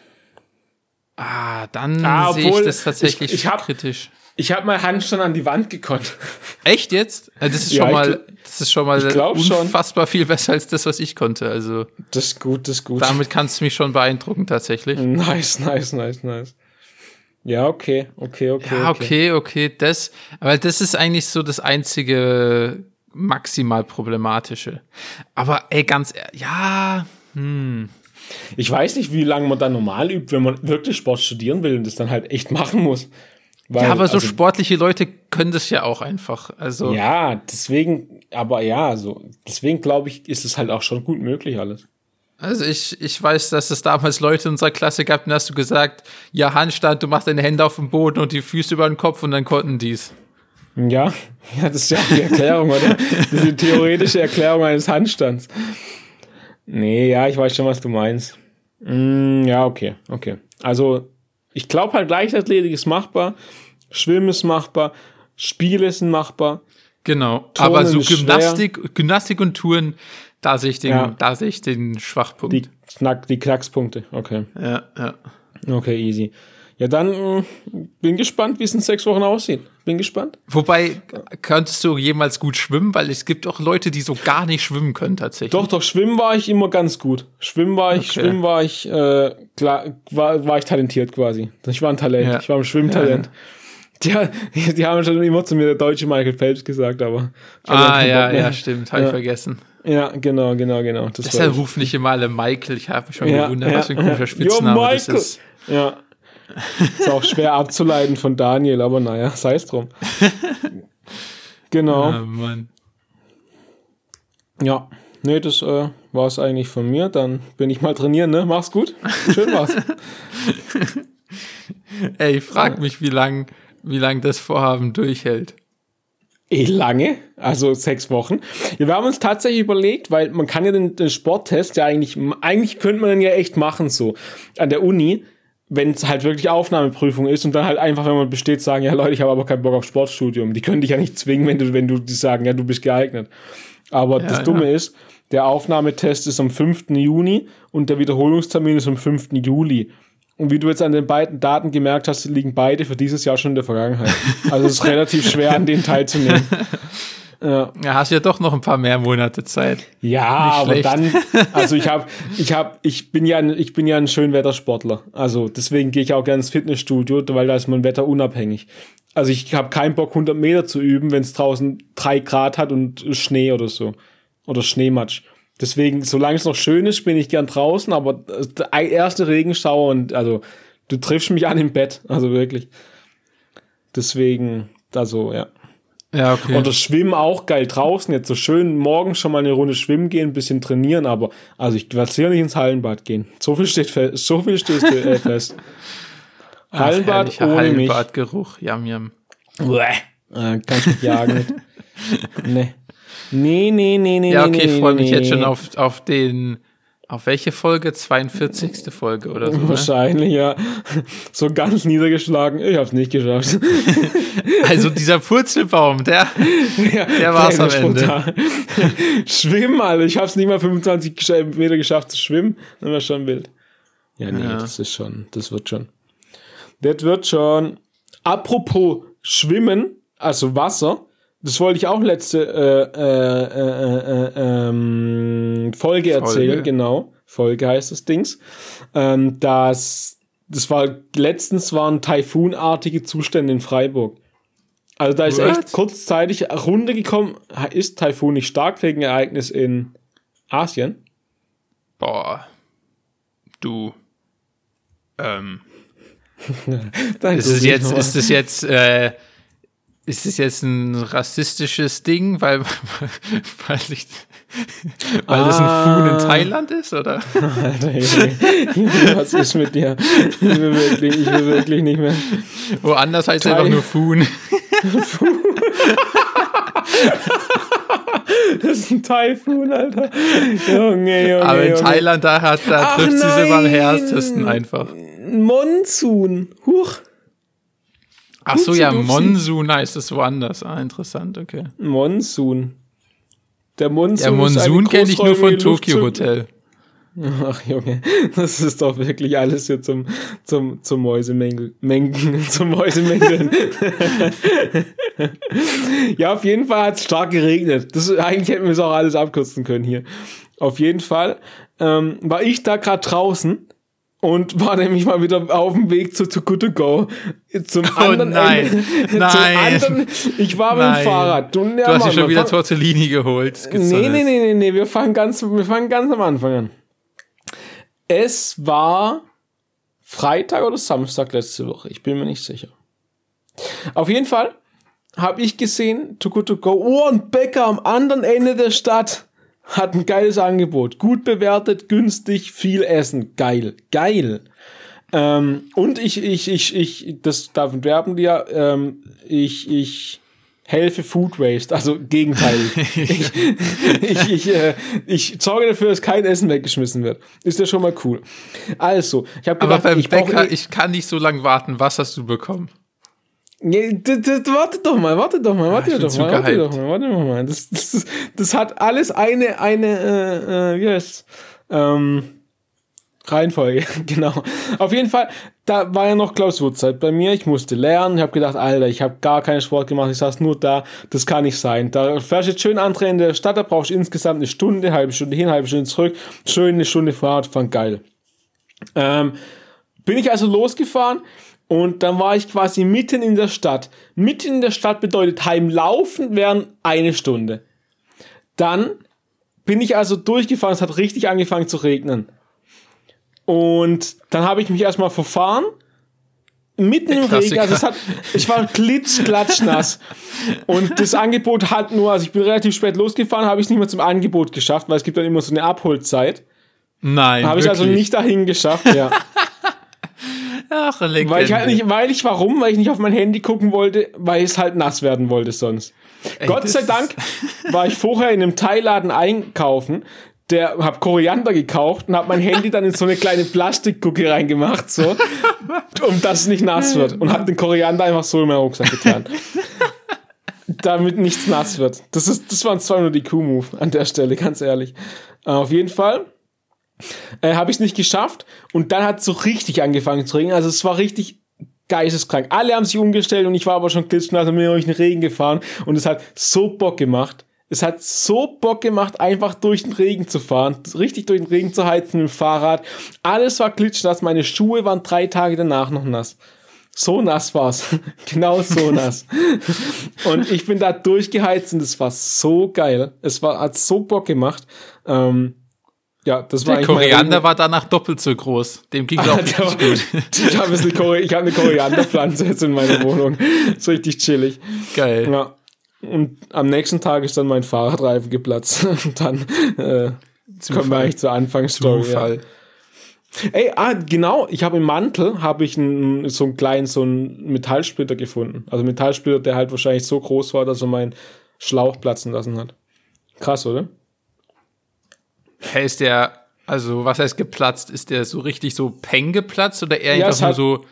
Ah, dann
Ah,
sehe ich
obwohl,
das tatsächlich
ich- ich hab-
kritisch.
Ich habe mal Handstand an die Wand gekonnt.
Echt jetzt? Ja, Das ist
Ja,
schon
ich
mal,
gl-
das ist schon mal
ich glaub schon.
unfassbar viel besser als das, was ich konnte. Also
Das ist gut, das ist gut.
damit kannst du mich schon beeindrucken tatsächlich.
Nice, nice, nice, nice. Ja, okay, okay, okay.
Ja, okay, okay, das, aber das ist eigentlich so das einzige maximal problematische. Aber ey, ganz, ehr- ja, hm.
Ich weiß nicht, wie lange man dann normal übt, wenn man wirklich Sport studieren will und das dann halt echt machen muss. Weil,
Ja, aber so
also,
sportliche Leute können das ja auch einfach. Also,
Ja, deswegen, aber ja, so, deswegen glaube ich, ist es halt auch schon gut möglich alles.
also ich, ich weiß, dass es damals Leute in unserer Klasse gab, und hast du gesagt, ja, Handstand, du machst deine Hände auf den Boden und die Füße über den Kopf und dann konnten die's.
Ja, ja, das ist ja die Erklärung, oder? Das ist die theoretische Erklärung eines Handstands. Nee, ja, ich weiß schon, was du meinst. Mm, ja, okay, okay. Also, ich glaube halt, Leichtathletik ist machbar, Schwimmen ist machbar, Spiele sind machbar.
Genau.
Turnen
aber so
ist schwer.
Gymnastik, Gymnastik und Touren, da sehe ich den,
Ja.
da sehe ich den Schwachpunkt.
Die, Knack, die Knackspunkte, okay.
ja, ja.
Okay, easy. Ja, dann mm, bin gespannt, wie es in sechs Wochen aussieht. Bin gespannt.
Wobei, könntest du jemals gut schwimmen? Weil es gibt auch Leute, die so gar nicht schwimmen können tatsächlich.
Doch, doch, Schwimmen war ich immer ganz gut. Schwimmen war ich,
Okay.
Schwimmen war ich, äh, klar, war, war ich talentiert quasi. Ich war ein Talent,
Ja.
ich war ein Schwimmtalent. Die, die haben schon immer zu mir der deutsche Michael Phelps gesagt, aber ich hatte
Ah,
keinen
ja,
Bock mehr.
ja, stimmt. Habe ich
Ja.
vergessen.
Ja, genau, genau, genau. Das
Deshalb
war ich.
ruft nicht immer alle Michael. Ich habe mich schon
Ja,
gewundert,
ja,
was für ein komischer
ja.
Spitzname
Yo,
das
Michael.
ist.
Ja. Ist auch schwer abzuleiten von Daniel, aber naja, sei es drum. Genau.
Ah, Mann.
Ja. Nee, das äh, war es eigentlich von mir. Dann bin ich mal trainieren, ne? Mach's gut. Schön war's.
Ey, ich frag mich, wie lang, wie lang das Vorhaben durchhält.
Eh lange, also sechs Wochen. Ja, wir haben uns tatsächlich überlegt, weil man kann ja den, den Sporttest ja eigentlich, eigentlich könnte man den ja echt machen so an der Uni, wenn es halt wirklich Aufnahmeprüfung ist und dann halt einfach, wenn man besteht, sagen, ja Leute, ich habe aber keinen Bock auf Sportstudium. Die können dich ja nicht zwingen, wenn du, wenn du die sagen, ja, du bist geeignet. Aber
Ja,
das Dumme
ja.
ist, der Aufnahmetest ist am fünften Juni und der Wiederholungstermin ist am fünften Juli. Und wie du jetzt an den beiden Daten gemerkt hast, liegen beide für dieses Jahr schon in der Vergangenheit. Also es ist relativ schwer, an denen teilzunehmen. Ja,
Ja, hast ja doch noch ein paar mehr Monate Zeit.
ja aber
schlecht.
dann, also ich habe, ich habe, ich bin ja, ein, ich bin ja ein Schönwettersportler. Also deswegen gehe ich auch gerne ins Fitnessstudio, weil da ist mein Wetter unabhängig. Also ich habe keinen Bock, hundert Meter zu üben, wenn es draußen drei Grad hat und Schnee oder so. Oder Schneematsch. Deswegen, solange es noch schön ist, bin ich gern draußen, aber der erste Regenschauer und also du triffst mich an im Bett, also wirklich. Deswegen, also ja.
Ja, okay.
Oder Schwimmen auch geil draußen, jetzt so schön morgens schon mal eine Runde schwimmen gehen, ein bisschen trainieren, aber also ich werde sicher nicht ins Hallenbad gehen. So viel steht fest. So viel steht äh, fest.
Ach,
Hallenbad ohne
Hallenbadgeruch, yum yum.
mich. Äh, kannst mich jagen mit. Nee. Nee, nee, nee, nee.
Ja, okay,
nee,
ich freue
nee,
mich
nee.
jetzt schon auf, auf den, auf welche Folge? zweiundvierzigste Folge oder so, ne?
Wahrscheinlich, ja. So ganz niedergeschlagen. Ich hab's nicht geschafft.
Also dieser Purzelbaum, der,
Ja,
der war's am Ende.
spontan. Schwimmen, Alter. Ich hab's nicht mal fünfundzwanzig Meter geschafft zu schwimmen. Das war schon wild. Ja, nee,
Ja.
das ist schon, das wird schon. Das wird schon. Apropos Schwimmen, also Wasser, das wollte ich auch letzte äh, äh, äh, äh, ähm, Folge erzählen,
Folge.
genau. Folge heißt das Dings. Ähm, das, das war, letztens waren taifunartige Zustände in Freiburg. Also da ist
What?
echt kurzzeitig runtergekommen, ist Taifun nicht Starkregenereignis in Asien?
Boah. Du. Ähm.
Dann
Ist es
google ich
jetzt,
noch mal.
ist es jetzt, äh, ist es jetzt ein rassistisches Ding, weil, weil, ich, weil das ein Fuhn in Thailand ist, oder?
Alter, Junge, Junge, was ist mit dir? Ich will wirklich, ich will wirklich nicht mehr.
Woanders heißt es
Thai-
einfach nur Fuhn.
Das ist ein Taifun, Alter. Junge, Junge,
Aber in
Junge.
Thailand, da, hat, da
Ach,
trifft sie sie am
nein.
härtesten einfach.
Monsun. Huch.
Ach so, ja,
Upsi, upsi.
Monsun heißt es woanders. Ah, interessant, okay.
Monsun. Der Monsun,
Der Monsun kenne ich nur von Tokyo
Hotel.
Hotel.
Ach Junge, das ist doch wirklich alles hier zum, zum, zum Mäusemengen, Mengen, zum Mäusemengen. Ja, auf jeden Fall hat es stark geregnet. Das, eigentlich hätten wir es auch alles abkürzen können hier. Auf jeden Fall ähm, war ich da gerade draußen und war nämlich mal wieder auf dem Weg zu Too Good To Go. Zum
Oh
anderen
nein,
Ende.
nein.
Zum anderen, ich war mit
Nein.
dem Fahrrad. Du, ja,
Du hast dir
Mann,
schon wieder
fang-
Tortellini geholt. Das gibt's doch
Nee, nee,
nicht.
nee, nee, nee, wir fangen ganz, wir fangen ganz am Anfang an. Es war Freitag oder Samstag letzte Woche, ich bin mir nicht sicher. Auf jeden Fall habe ich gesehen, Too Good To Go, oh, ein Bäcker am anderen Ende der Stadt hat ein geiles Angebot. Gut bewertet, günstig, viel Essen. Geil, geil. Ähm, und ich, ich, ich, ich, das davon werben die ja, ähm, ich, ich helfe Food Waste, also gegenteilig. ich, ich, ich, äh, ich sorge dafür, dass kein Essen weggeschmissen wird. Ist ja schon mal cool. Also, ich habe
Aber
gedacht,
beim
ich brauche
Bäcker, ich kann nicht so lange warten. Was hast du bekommen?
Nee, d- d- d- warte doch mal, warte doch mal, warte
ich bin
doch
zu
mal, warte
gehypt.
doch mal, warte doch mal. Das, das, das, das hat alles eine, eine, äh, äh, wie heißt, ähm, Reihenfolge, genau. Auf jeden Fall, da war ja noch Klausurzeit bei mir, ich musste lernen, ich habe gedacht, Alter, ich habe gar keinen Sport gemacht, ich saß nur da, das kann nicht sein. Da fährst du jetzt schön andere in der Stadt, da brauchst du insgesamt eine Stunde, halbe Stunde hin, halbe Stunde zurück, schön eine Stunde Fahrradfahren, geil. Ähm, bin ich also losgefahren und dann war ich quasi mitten in der Stadt. Mitten in der Stadt bedeutet heimlaufen wären eine Stunde. Dann bin ich also durchgefahren, es hat richtig angefangen zu regnen. Und dann habe ich mich erstmal verfahren, mitten im Regen,
Klassiker.
also es hat, ich war klitschklatschnass. Und das Angebot hat nur, also ich bin relativ spät losgefahren, habe ich es nicht mehr zum Angebot geschafft, weil es gibt dann immer so eine Abholzeit.
Nein,
Habe ich also
wirklich?
nicht dahin geschafft, ja.
Ach, Legende.
Weil ich halt nicht, weil ich, warum? Weil ich nicht auf mein Handy gucken wollte, weil es halt nass werden wollte sonst.
Ey,
Gott
das
sei
ist-
Dank war ich vorher in einem Thailaden einkaufen, der hab Koriander gekauft und hab mein Handy dann in so eine kleine Plastikgucke reingemacht, so, um dass es nicht nass wird. Und hab den Koriander einfach so in meinen Rucksack getan. Damit nichts nass wird. Das ist, das war zwar nur die Q-Move an der Stelle, ganz ehrlich. Äh, auf jeden Fall äh, habe ich es nicht geschafft und dann hat es so richtig angefangen zu regnen. Also es war richtig geisteskrank. Alle haben sich umgestellt und ich war aber schon klitschnass und bin durch den Regen gefahren und es hat so Bock gemacht. Es hat so Bock gemacht, einfach durch den Regen zu fahren, richtig durch den Regen zu heizen mit dem Fahrrad. Alles war klitschnass, meine Schuhe waren drei Tage danach noch nass. So nass war's. Genau so nass. Und ich bin da durchgeheizt und es war so geil. Es war, hat so Bock gemacht. Ähm, ja, das war
Der Koriander war danach doppelt so groß. Dem ging auch richtig gut.
Ich habe eine, Kori- ich hab eine Korianderpflanze jetzt in meiner Wohnung. So richtig chillig.
Geil.
Ja. Und am nächsten Tag ist dann mein Fahrradreifen geplatzt. Und dann äh, kommen wir eigentlich zur Anfangsstory.
Zufall.
Ja. Ey, ah, genau, ich habe im Mantel habe ich einen, so einen kleinen, so einen Metallsplitter gefunden. Also Metallsplitter, der halt wahrscheinlich so groß war, dass er meinen Schlauch platzen lassen hat. Krass, oder?
Hey, ist der, also was heißt geplatzt? Ist der so richtig so peng geplatzt oder eher
Ja,
einfach
es
nur
hat-
so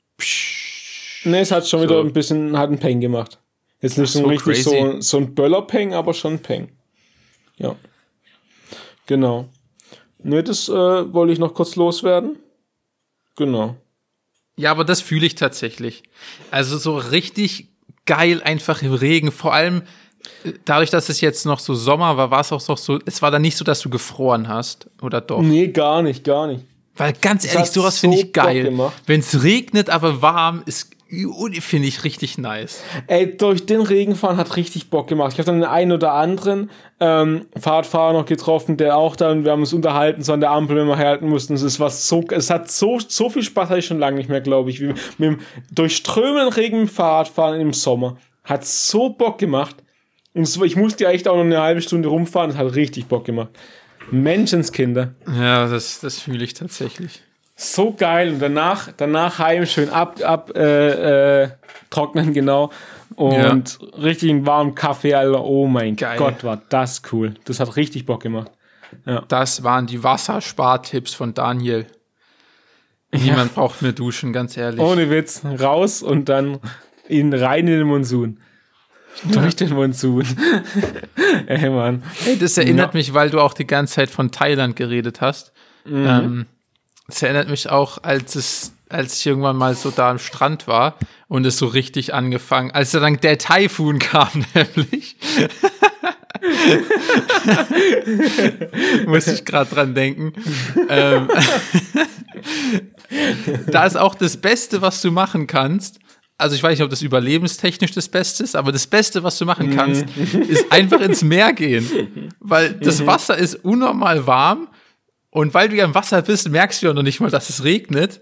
Ne, es hat schon
So.
wieder ein bisschen, hat einen Peng gemacht. Jetzt nicht
Ach,
so,
so
richtig
crazy.
so, so ein Böller-Peng, aber schon ein Peng. Ja. Genau. Ne, das äh, wollte ich noch kurz loswerden. Genau.
Ja, aber das fühle ich tatsächlich. Also so richtig geil einfach im Regen. Vor allem äh, dadurch, dass es jetzt noch so Sommer war, war es auch noch so, es war dann nicht so, dass du gefroren hast. Oder doch?
Nee, gar nicht, gar nicht.
Weil ganz
Es
ehrlich,
hat
sowas
so
finde ich
Bock
geil.
gemacht.
Wenn es regnet, aber warm, ist finde ich richtig nice.
Ey, durch den Regenfahren hat richtig Bock gemacht. Ich habe dann den einen oder anderen ähm, Fahrradfahrer noch getroffen, der auch dann, wir haben uns unterhalten, so an der Ampel, wenn wir herhalten mussten. Es war so, es hat so, so viel Spaß, hatte ich schon lange nicht mehr, glaube ich, wie mit dem durchströmenden Regen mit dem Fahrradfahren im Sommer. Hat so Bock gemacht. Und es, war- ich musste ja echt auch noch eine halbe Stunde rumfahren, das hat richtig Bock gemacht. Menschenskinder.
Ja, das, das fühle ich tatsächlich.
So geil. Und danach, danach heim schön ab, ab äh, äh, trocknen, genau. Und richtig einen warmen Kaffee, Alter. Oh mein
Geil.
Gott, war das cool. Das hat richtig Bock gemacht.
Das waren die Wasserspartipps von Daniel. Niemand braucht mehr duschen, ganz ehrlich.
Ohne Witz. Raus und dann in, rein in den Monsun. Durch den Monsun. Ey, Mann.
Hey, das erinnert
Ja.
mich, weil du auch die ganze Zeit von Thailand geredet hast.
Mhm.
Ähm, das erinnert mich auch, als es, als ich irgendwann mal so da am Strand war und es so richtig angefangen, als dann der Taifun kam, nämlich. Muss ich gerade dran denken. ähm, da ist auch das Beste, was du machen kannst. Also ich weiß nicht, ob das überlebenstechnisch das Beste ist, aber das Beste, was du machen kannst, ist einfach ins Meer gehen. Weil das Wasser ist unnormal warm und weil du ja im Wasser bist, merkst du ja noch nicht mal, dass es regnet.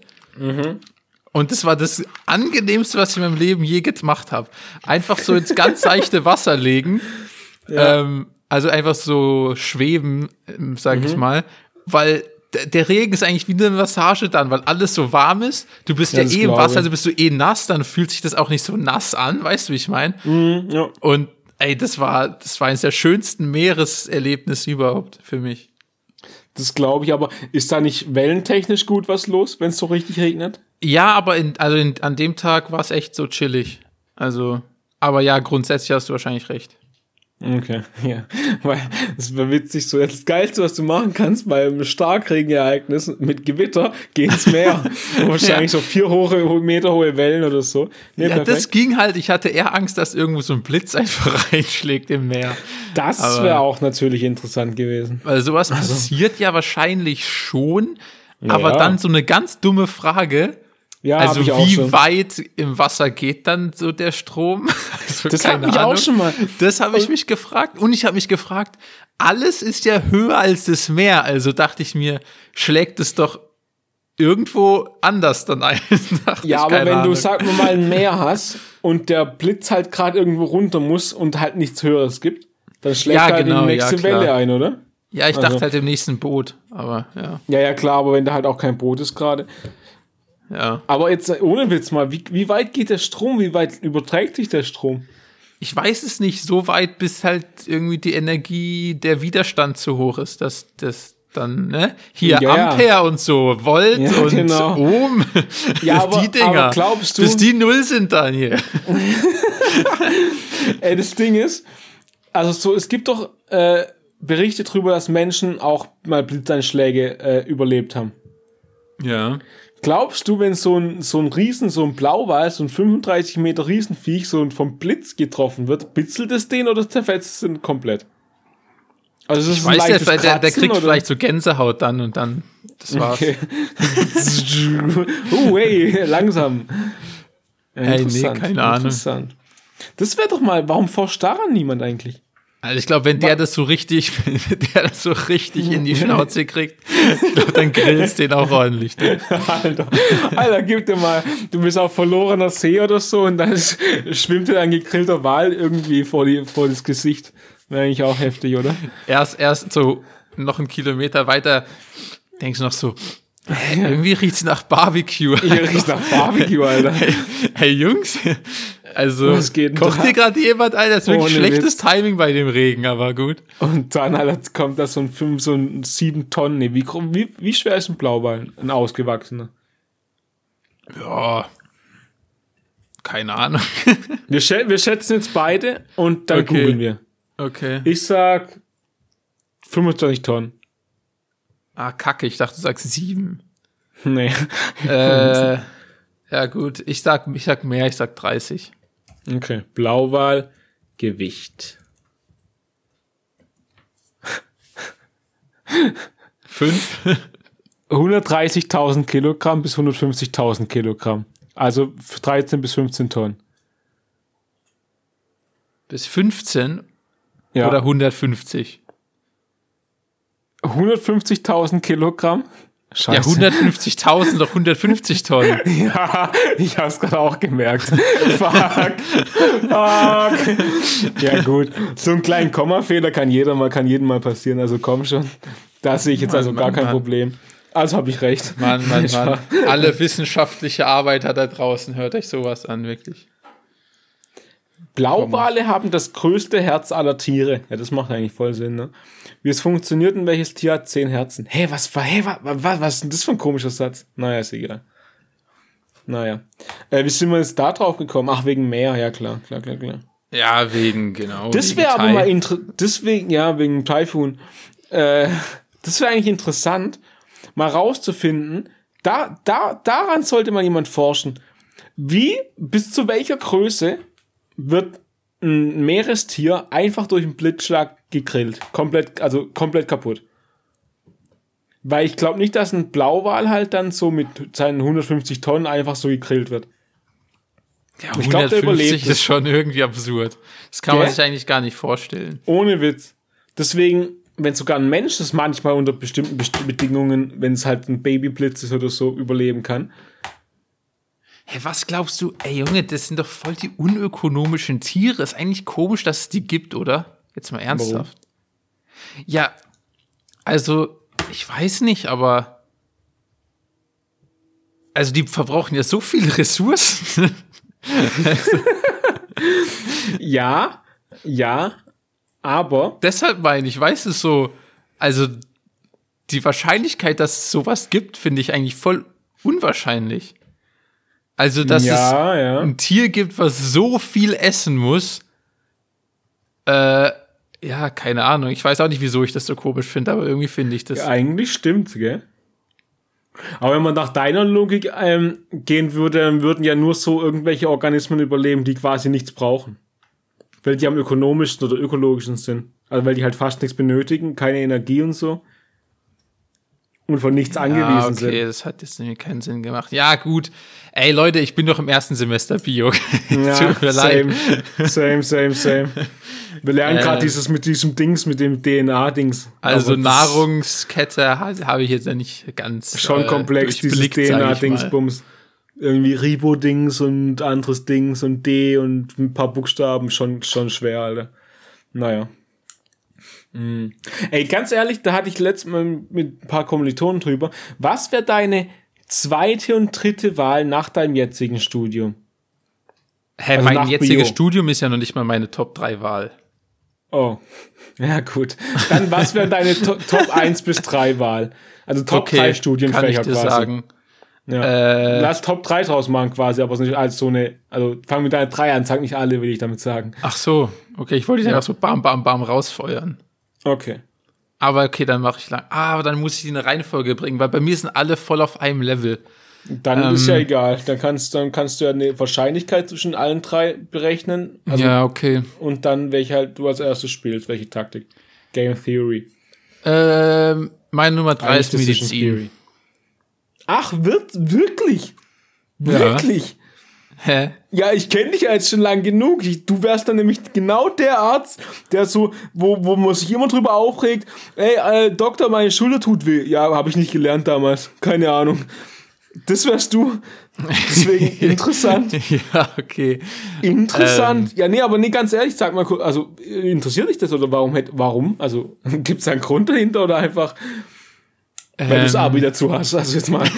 Und das war das Angenehmste, was ich in meinem Leben je gemacht habe. Einfach so ins ganz seichte Wasser legen.
Ja.
Ähm, also einfach so schweben, ähm, sag ich mal. Weil d- der Regen ist eigentlich wie eine Massage dann, weil alles so warm ist. Du bist
Ja,
ja,
das
eh im
glaube
Wasser,
ich.
also bist du eh nass, dann fühlt sich das auch nicht so nass an, weißt du, wie ich meine?
Ja.
Und ey, das war, das war eines der schönsten Meereserlebnisse überhaupt für mich.
Das glaube ich, aber ist da nicht wellentechnisch gut was los, wenn es so richtig regnet?
Ja, aber in, also in, an dem Tag war es echt so chillig. Also, aber ja, grundsätzlich hast du wahrscheinlich recht.
Okay, ja. Weil es wäre witzig, so das Geilste, was du machen kannst beim Starkregenereignis mit Gewitter, geh ins Meer. Wahrscheinlich so vier hohe, Meter hohe Wellen oder so. Nee,
Ja, das
perfekt.
ging halt. Ich hatte eher Angst, dass irgendwo so ein Blitz einfach reinschlägt im Meer.
Das
aber-
wäre auch natürlich interessant gewesen.
Weil sowas passiert ja wahrscheinlich schon, aber
Ja.
dann so eine ganz dumme Frage.
Ja,
Also
hab ich auch
wie
schon.
weit im Wasser geht dann so der Strom? Also
Das hat
keine
mich auch
Ahnung.
schon mal.
Das habe ich mich gefragt. Und ich habe mich gefragt, alles ist ja höher als das Meer. Also dachte ich mir, schlägt es doch irgendwo anders dann ein. Dachte
Ja,
ich,
aber
keine
wenn
Ahnung.
du, sag mal, ein Meer hast und der Blitz halt gerade irgendwo runter muss und halt nichts Höheres gibt, dann schlägt
Ja,
halt
genau,
die nächste
ja, klar.
Welle ein, oder?
Ja, ich dachte
Also-
halt im nächsten Boot. Aber ja,
Ja, ja, klar, aber wenn da halt auch kein Boot ist gerade.
ja.
Aber jetzt äh, ohne Witz mal, wie, wie weit geht der Strom? Wie weit überträgt sich der Strom?
Ich weiß es nicht so weit, bis halt irgendwie die Energie, der Widerstand zu hoch ist, dass das dann, ne? Hier
Ja, ja.
Ampere und so, Volt
Ja,
und
genau.
Ohm.
Ja, aber-
die Dinger.
aber glaubst du-
Bis die Null sind dann hier.
Ey, das Ding ist, also so, es gibt doch äh, Berichte darüber, dass Menschen auch mal Blitzeinschläge äh, überlebt haben.
Ja.
Glaubst du, wenn so ein, so ein Riesen, so ein Blauwal, so ein fünfunddreißig Meter Riesenviech so vom Blitz getroffen wird, bitzelt es den oder zerfetzt es den komplett? Also ist es
Ich
ein
weiß,
leichtes
der, der, der
Kratzen,
kriegt
oder?
vielleicht so Gänsehaut dann und dann, das war's.
Okay. oh, hey, langsam.
Ey, nee, keine Ahnung.
Interessant. Das wäre doch mal, warum forscht daran niemand eigentlich?
Also ich glaube, wenn der das so richtig, wenn der das so richtig in die Schnauze kriegt, ich glaube, dann grillst den auch ordentlich.
Alter, Alter, gib dir mal, du bist auf verlorener See oder so und dann ist, schwimmt dir ein gegrillter Wal irgendwie vor, die, vor das Gesicht. Wäre eigentlich auch heftig, oder?
Erst, erst so noch einen Kilometer weiter denkst du noch so, hey, irgendwie riecht's nach Barbecue.
Hier riecht's nach Barbecue, Alter.
Hey, hey Jungs, also
Was geht denn
kocht
da?
dir gerade jemand, Alter? Das ist wirklich
Ohne
schlechtes
Witz.
Timing bei dem Regen, aber gut.
Und dann, Alter, kommt da so ein fünf, so ein sieben Tonnen. Nee, wie, gro- wie, wie schwer ist ein Blauwal? Ein ausgewachsener.
Ja, keine Ahnung.
Wir, schä- wir schätzen jetzt beide und dann
Okay.
googeln wir.
Okay.
Ich sag fünfundzwanzig Tonnen.
Ah, kacke, ich dachte, du sagst sieben.
Nee.
äh, ja gut, ich sag, ich sag mehr, ich sag dreißig.
Okay. Blauwal, Gewicht.
Fünf?
hundertdreißigtausend Kilogramm bis hundertfünfzigtausend Kilogramm. Also dreizehn bis fünfzehn Tonnen.
Bis fünfzehn
Ja.
oder hundertfünfzig?
hundertfünfzigtausend Kilogramm? Scheiße.
Ja, hundertfünfzigtausend doch hundertfünfzig Tonnen.
Ja, ich hab's gerade auch gemerkt. Fuck. Fuck. Ja gut, so einen kleinen Kommafehler kann jeder mal, kann jedem mal passieren, also komm schon. Da sehe ich jetzt
Mann,
also gar
Mann,
kein
Mann.
Problem. Also habe ich recht.
Mann, Mann, Mann. Alle wissenschaftliche Arbeiter da draußen, hört euch sowas an, wirklich.
Blauwale haben das größte Herz aller Tiere. Ja, das macht eigentlich voll Sinn, ne? Wie es funktioniert und welches Tier hat zehn Herzen? Hey, was, hey, was, was, was ist denn das für ein komischer Satz? Naja, ist egal. Naja. Äh, wie sind wir jetzt da drauf gekommen? Ach, wegen Meer, ja klar, klar, klar, klar.
Ja, wegen, genau.
Das
wegen
wäre aber
Tai.
mal interessant, deswegen, ja, wegen Typhoon. Äh, das wäre eigentlich interessant, mal rauszufinden, da, da, daran sollte mal jemand forschen. Wie, bis zu welcher Größe wird ein Meerestier einfach durch einen Blitzschlag gegrillt? Komplett, also komplett kaputt. Weil ich glaube nicht, dass ein Blauwal halt dann so mit seinen hundertfünfzig Tonnen einfach so gegrillt wird.
Ja,
Ich glaub, der überlebt
hundertfünfzig ist schon irgendwie absurd. Das kann man
Gell?
sich eigentlich gar nicht vorstellen.
Ohne Witz. Deswegen, wenn sogar ein Mensch das manchmal unter bestimmten Best- Bedingungen, wenn es halt ein Babyblitz ist oder so, überleben kann.
Hey, was glaubst du? Ey, Junge, das sind doch voll die unökonomischen Tiere. Ist eigentlich komisch, dass es die gibt, oder? Jetzt mal ernsthaft. Warum? Ja, also, ich weiß nicht, aber also die verbrauchen ja so viele Ressourcen.
Ja, ja, aber
Deshalb meine ich, weiß es so, also die Wahrscheinlichkeit, dass es sowas gibt, finde ich eigentlich voll unwahrscheinlich. Also, dass
ja,
es
ja.
ein Tier gibt, was so viel essen muss, äh, ja, keine Ahnung. Ich weiß auch nicht, wieso ich das so komisch finde, aber irgendwie finde ich das.
Ja, eigentlich stimmt's, gell? Aber wenn man nach deiner Logik ähm, gehen würde, dann würden ja nur so irgendwelche Organismen überleben, die quasi nichts brauchen. Weil die am ökonomischsten oder ökologischen sind. Also weil die halt fast nichts benötigen, keine Energie und so. Und von nichts angewiesen
ja, okay,
sind.
das hat jetzt irgendwie keinen Sinn gemacht. Ja, gut. Ey, Leute, ich bin doch im ersten Semester Bio.
Ja,
Tut mir leid.
same, same, same, same. Wir lernen
Äh,
gerade dieses mit diesem Dings, mit dem D N A-Dings.
Also
Aber das
Nahrungskette ha- habe ich jetzt ja nicht ganz
ist schon
äh,
komplex, dieses
durchblickt,
D N
sag ich mal.
A-Dingsbums. Irgendwie Ribo-Dings und anderes Dings und D und ein paar Buchstaben, schon, schon schwer, Alter. Naja. Mm. Ey, ganz ehrlich, da hatte ich letztes Mal mit ein paar Kommilitonen drüber. Was wäre deine zweite und dritte Wahl nach deinem jetzigen Studium?
Hä,
Also
mein
nach
jetziges
Bio.
Studium ist ja noch nicht mal meine Top drei Wahl.
Oh, ja gut. Dann was wäre deine to Top eins bis drei Wahl? Also Top
Okay,
drei
kann ich
Studienfächer
dir
quasi.
sagen.
Ja.
Äh,
Lass Top drei draus machen quasi, aber es nicht als so eine, also fang mit deiner drei an, sag nicht alle, will ich damit sagen.
Ach so, okay, ich wollte dich
Ja.
einfach so bam, bam, bam rausfeuern.
Okay.
Aber okay, dann mache ich lang. Ah, aber dann muss ich die in eine Reihenfolge bringen, weil bei mir sind alle voll auf einem Level.
Dann
Ähm,
ist ja egal. Dann kannst, dann kannst du ja eine Wahrscheinlichkeit zwischen allen drei berechnen. Also,
ja, okay.
Und dann, welche halt du als erstes spielst, welche Taktik. Game Theory.
Ähm, meine Nummer drei ist
Decision
Medizin.
Theory. Ach, wird, wirklich?
Ja.
Wirklich?
Hä?
Ja, ich kenne dich ja jetzt schon lang genug. Ich, du wärst dann nämlich genau der Arzt, der so, wo, wo man sich immer drüber aufregt, ey, äh, Doktor, meine Schulter tut weh. Ja, habe ich nicht gelernt damals. Keine Ahnung. Das wärst du. Deswegen interessant.
Ja, okay.
Interessant. Ähm, ja, nee, aber nee, ganz ehrlich, sag mal, also interessiert dich das oder warum? Warum? Also gibt es da einen Grund dahinter oder einfach, weil ähm, du das Abi dazu hast? Also jetzt mal.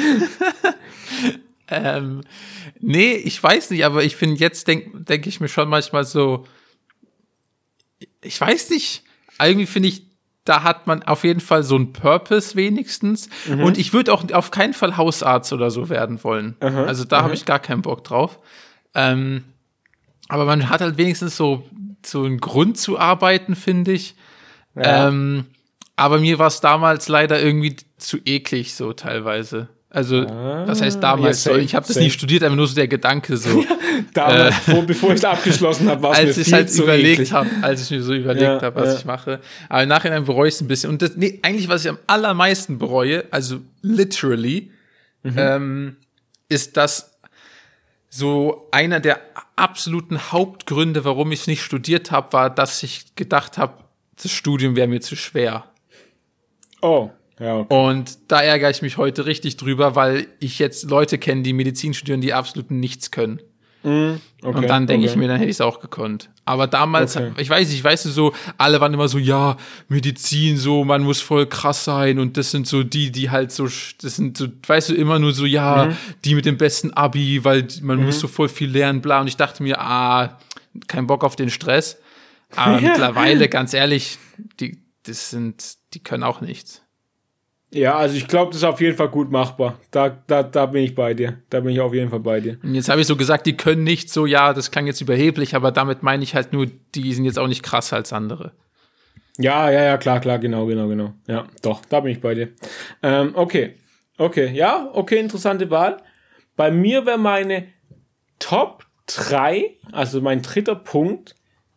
ähm, nee, ich weiß nicht, aber ich finde, jetzt denke denk ich mir schon manchmal so, ich weiß nicht, irgendwie finde ich, da hat man auf jeden Fall so einen Purpose wenigstens. Mhm. Und ich würde auch auf keinen Fall Hausarzt oder so werden wollen. Aha, also da habe ich gar keinen Bock drauf. Ähm, aber man hat halt wenigstens so, so einen Grund zu arbeiten, finde ich. Ja. Ähm, aber mir war es damals leider irgendwie zu eklig so teilweise. Also, ah, was heißt damals ja, so? Ich habe das nie studiert, aber nur so der Gedanke so. Ja,
damals, äh, vor, bevor ich es abgeschlossen habe, war es mir
viel halt zu überlegt habe, Als ich mir so überlegt ja, habe, was ja. ich mache. Aber im Nachhinein bereue ich es ein bisschen. Und das, nee, eigentlich, was ich am allermeisten bereue, also literally, mhm. ähm, ist das so einer der absoluten Hauptgründe, warum ich es nicht studiert habe, war, dass ich gedacht habe, das Studium wäre mir zu schwer.
Oh. Ja, okay.
Und da ärgere ich mich heute richtig drüber, weil ich jetzt Leute kenne, die Medizin studieren, die absolut nichts können. Mm, okay, und dann denke okay. ich mir, dann hätte ich es auch gekonnt. Aber damals, okay. ich weiß nicht, weißt du, so, alle waren immer so, ja, Medizin, so, man muss voll krass sein und das sind so die, die halt so, das sind so, weißt du, immer nur so, ja, mhm. die mit dem besten Abi, weil man mhm. muss so voll viel lernen, bla. Und ich dachte mir, ah, kein Bock auf den Stress. Aber ja. mittlerweile, ganz ehrlich, die, das sind, die können auch nichts.
Ja, also ich glaube, das ist auf jeden Fall gut machbar. Da, da, da bin ich bei dir. Da bin ich auf jeden Fall bei dir.
Und jetzt habe ich so gesagt, die können nicht so, ja, das klang jetzt überheblich, aber damit meine ich halt nur, die sind jetzt auch nicht krasser als andere.
Ja, ja, ja, klar, klar, genau, genau, genau. Ja, doch, da bin ich bei dir. Ähm, okay, okay, ja, okay, interessante Wahl. Bei mir wäre meine Top drei, also mein dritter Punkt,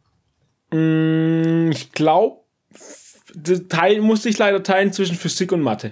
mh, ich glaube, Teil musste ich leider teilen zwischen Physik und Mathe.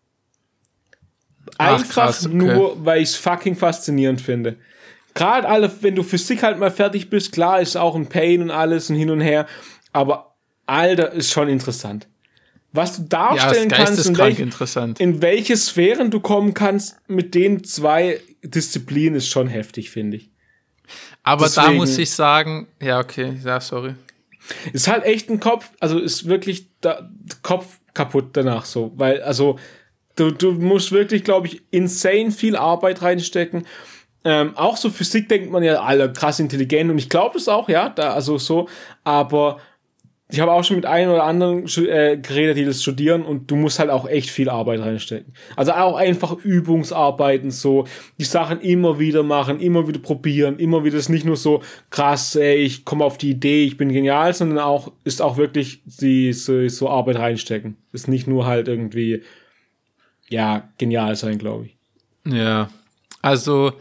Einfach Ach, krass, okay. nur, weil ich es fucking faszinierend finde. Gerade alle, wenn du Physik halt mal fertig bist, klar, ist auch ein Pain und alles und hin und her, aber Alter, ist schon interessant. Was du darstellen ja, kannst, in, welch, in welche Sphären du kommen kannst, mit den zwei Disziplinen ist schon heftig, finde ich.
Aber Deswegen, da muss ich sagen, ja, okay, ja, sorry.
Ist halt echt ein Kopf, also ist wirklich der Kopf kaputt danach so, weil, also du, du musst wirklich, glaube ich, insane viel Arbeit reinstecken. Ähm, auch so Physik denkt man ja, Alter, krass intelligent und ich glaube es auch, ja, da, also so, aber ich habe auch schon mit einem oder anderen äh, geredet, die das studieren und du musst halt auch echt viel Arbeit reinstecken. Also auch einfach Übungsarbeiten, so die Sachen immer wieder machen, immer wieder probieren, immer wieder, ist nicht nur so krass, ey, ich komme auf die Idee, ich bin genial, sondern auch, ist auch wirklich die, so, so Arbeit reinstecken. Ist nicht nur halt irgendwie, ja, genial sein, glaube ich.
Ja, also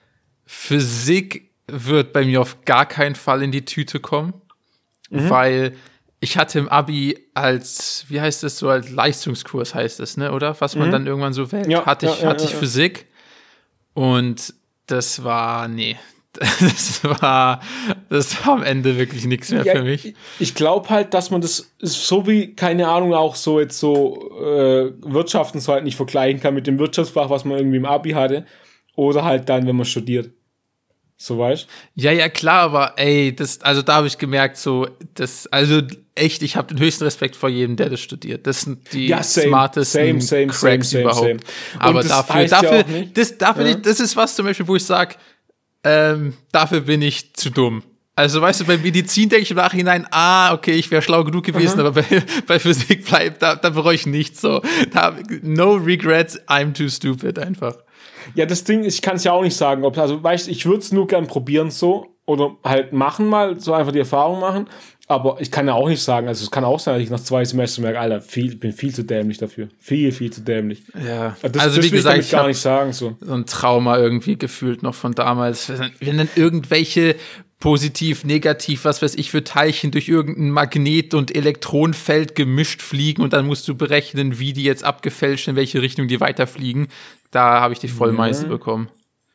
Physik wird bei mir auf gar keinen Fall in die Tüte kommen, mhm. weil ich hatte im Abi als, wie heißt das so, als Leistungskurs heißt es, ne, oder? Was man mhm. dann irgendwann so wählt. Ja, hatte ich, ja, hatte ja, ich ja. Physik und das war, nee, das war, das war am Ende wirklich nichts mehr ja, für mich.
Ich, ich glaube halt, dass man das so wie, keine Ahnung, auch so jetzt so äh, Wirtschaften so halt nicht vergleichen kann mit dem Wirtschaftsfach, was man irgendwie im Abi hatte oder halt dann, wenn man studiert. So, weißt?
Ja, ja, klar, aber ey, das, also da habe ich gemerkt, so, das, also echt, ich habe den höchsten Respekt vor jedem, der das studiert. Das sind die ja, same, smartesten same, same, Cracks same, überhaupt. Same, same. Aber dafür, dafür, ja das, dafür ja. ich, das ist was zum Beispiel, wo ich sage, ähm, dafür bin ich zu dumm. Also, weißt du, bei Medizin denke ich im Nachhinein, ah, okay, ich wäre schlau genug gewesen, Aha. aber bei, bei Physik bleibt, da, da bereue ich nichts, so. Da, no regrets, I'm too stupid, einfach.
Ja, das Ding ist, ich kann es ja auch nicht sagen, ob, also, weißt du, ich würde es nur gern probieren so, oder halt machen mal, so einfach die Erfahrung machen, aber ich kann ja auch nicht sagen, also es kann auch sein, dass ich nach zwei Semestern merke, Alter, viel, bin viel zu dämlich dafür. Viel, viel zu dämlich.
Ja,
das,
also
das
wie gesagt,
ich gar nicht sagen, so.
So ein Trauma irgendwie gefühlt noch von damals. Wenn dann irgendwelche positiv, negativ, was weiß ich, für Teilchen durch irgendein Magnet- und Elektronenfeld gemischt fliegen und dann musst du berechnen, wie die jetzt abgefälscht, in welche Richtung die weiterfliegen. Da habe ich die Vollmeise ja. bekommen.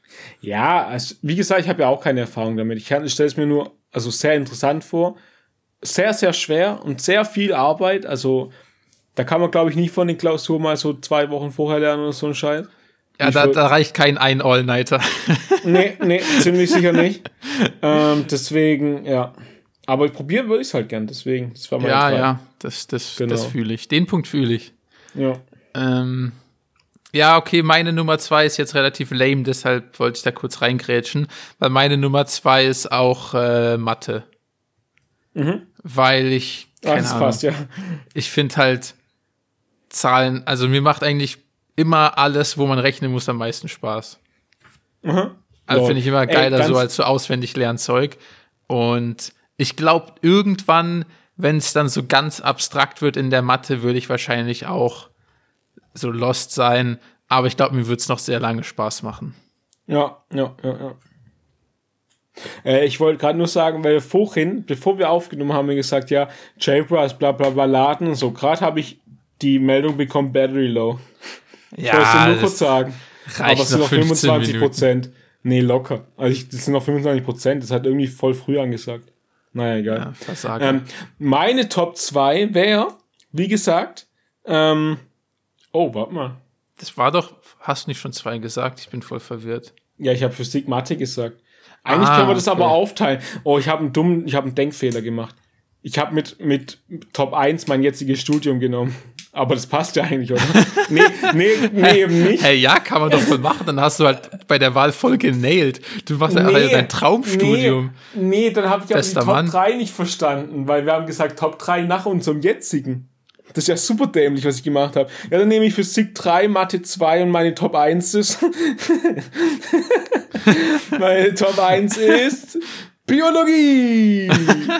Ja, also, wie gesagt, ich habe ja auch keine Erfahrung damit. Ich, ich stelle es mir nur also sehr interessant vor. Sehr, sehr schwer und sehr viel Arbeit. Also da kann man, glaube ich, nicht von den Klausuren mal so zwei Wochen vorher lernen oder so ein Scheiß.
Ja, da, da reicht kein ein All-Nighter.
Nee, nee, ziemlich sicher nicht. ähm, deswegen, ja. Aber probieren würde ich es halt gern, deswegen. Das war mein
Ja,
Traum.
ja, das, das,
Genau.
das fühle ich. Den Punkt fühle ich.
Ja.
Ähm, ja, okay, meine Nummer zwei ist jetzt relativ lame, deshalb wollte ich da kurz reingrätschen, weil meine Nummer zwei ist auch äh, Mathe.
Mhm.
Weil ich,
Ah,
keine
das
Ahnung,
passt, ja.
ich finde halt Zahlen, also mir macht eigentlich immer alles, wo man rechnen muss, am meisten Spaß.
Mhm.
Also
Lol.
finde ich immer
Ey,
geiler
ganz-
so als so auswendig Lernzeug. Und ich glaube, irgendwann, wenn es dann so ganz abstrakt wird in der Mathe, würde ich wahrscheinlich auch so lost sein. Aber ich glaube, mir würde es noch sehr lange Spaß machen.
Ja, ja, ja, ja. Äh, ich wollte gerade nur sagen, weil vorhin, bevor wir aufgenommen haben, haben wir gesagt, ja, Jailbreak, bla bla bla, laden und so. Gerade habe ich die Meldung bekommen, Battery Low. Ich wollte es dir nur kurz sagen. Aber es sind noch fünfundzwanzig Prozent. Nee, locker. Also ich, das sind noch fünfundzwanzig Prozent. Das hat irgendwie voll früh angesagt. Naja, egal.
Ja, Versagen.
Ähm, meine Top zwei wäre, wie gesagt, ähm, oh, warte mal.
Das war doch, hast du nicht schon zwei gesagt? Ich bin voll verwirrt.
Ja, ich habe Physik Mathe gesagt. Eigentlich
Ah,
können wir das
okay.
aber aufteilen. Oh, ich habe einen dummen, ich habe einen Denkfehler gemacht. Ich habe mit, mit Top eins mein jetziges Studium genommen. Aber das passt ja eigentlich, oder? nee, nee, nee, eben nicht.
Hey, ja, kann man doch voll machen. Dann hast du halt bei der Wahl voll genailt. Du machst ja
Nee,
dein Traumstudium.
Nee, nee, dann habe ich aber die
Bester
Top
Mann.
drei nicht verstanden, weil wir haben gesagt Top drei nach unserem jetzigen. Das ist ja super dämlich, was ich gemacht habe. Ja, dann nehme ich Physik drei, Mathe zwei und meine Top eins ist. meine Top eins ist Biologie.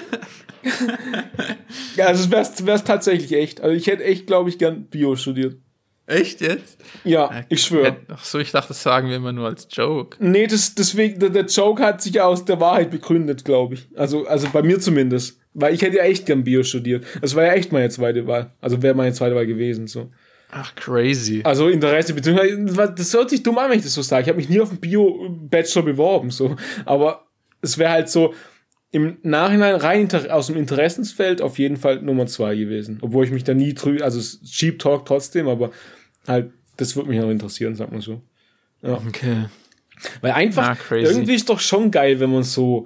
Ja, also wär's, wär's tatsächlich echt. Also ich hätte echt, glaube ich, gern Bio studiert.
Echt jetzt?
Ja, ich schwöre.
Ach so, ich dachte, das sagen wir immer nur als Joke.
Nee, das, deswegen, der, der Joke hat sich aus der Wahrheit begründet, glaube ich. Also, also bei mir zumindest. Weil ich hätte ja echt gern Bio studiert. Das war ja echt meine zweite Wahl. Also wäre meine zweite Wahl gewesen, so.
Ach, crazy.
Also Interesse, beziehungsweise, das hört sich dumm an, wenn ich das so sage. Ich habe mich nie auf einen Bio-Bachelor beworben, so. Aber es wäre halt so im Nachhinein rein inter- aus dem Interessensfeld auf jeden Fall Nummer zwei gewesen. Obwohl ich mich da nie drüber, also Cheap Talk trotzdem, aber halt, das würde mich noch interessieren, sag mal so. Ja.
Okay.
Weil einfach,
Ah, crazy.
irgendwie ist doch schon geil, wenn man so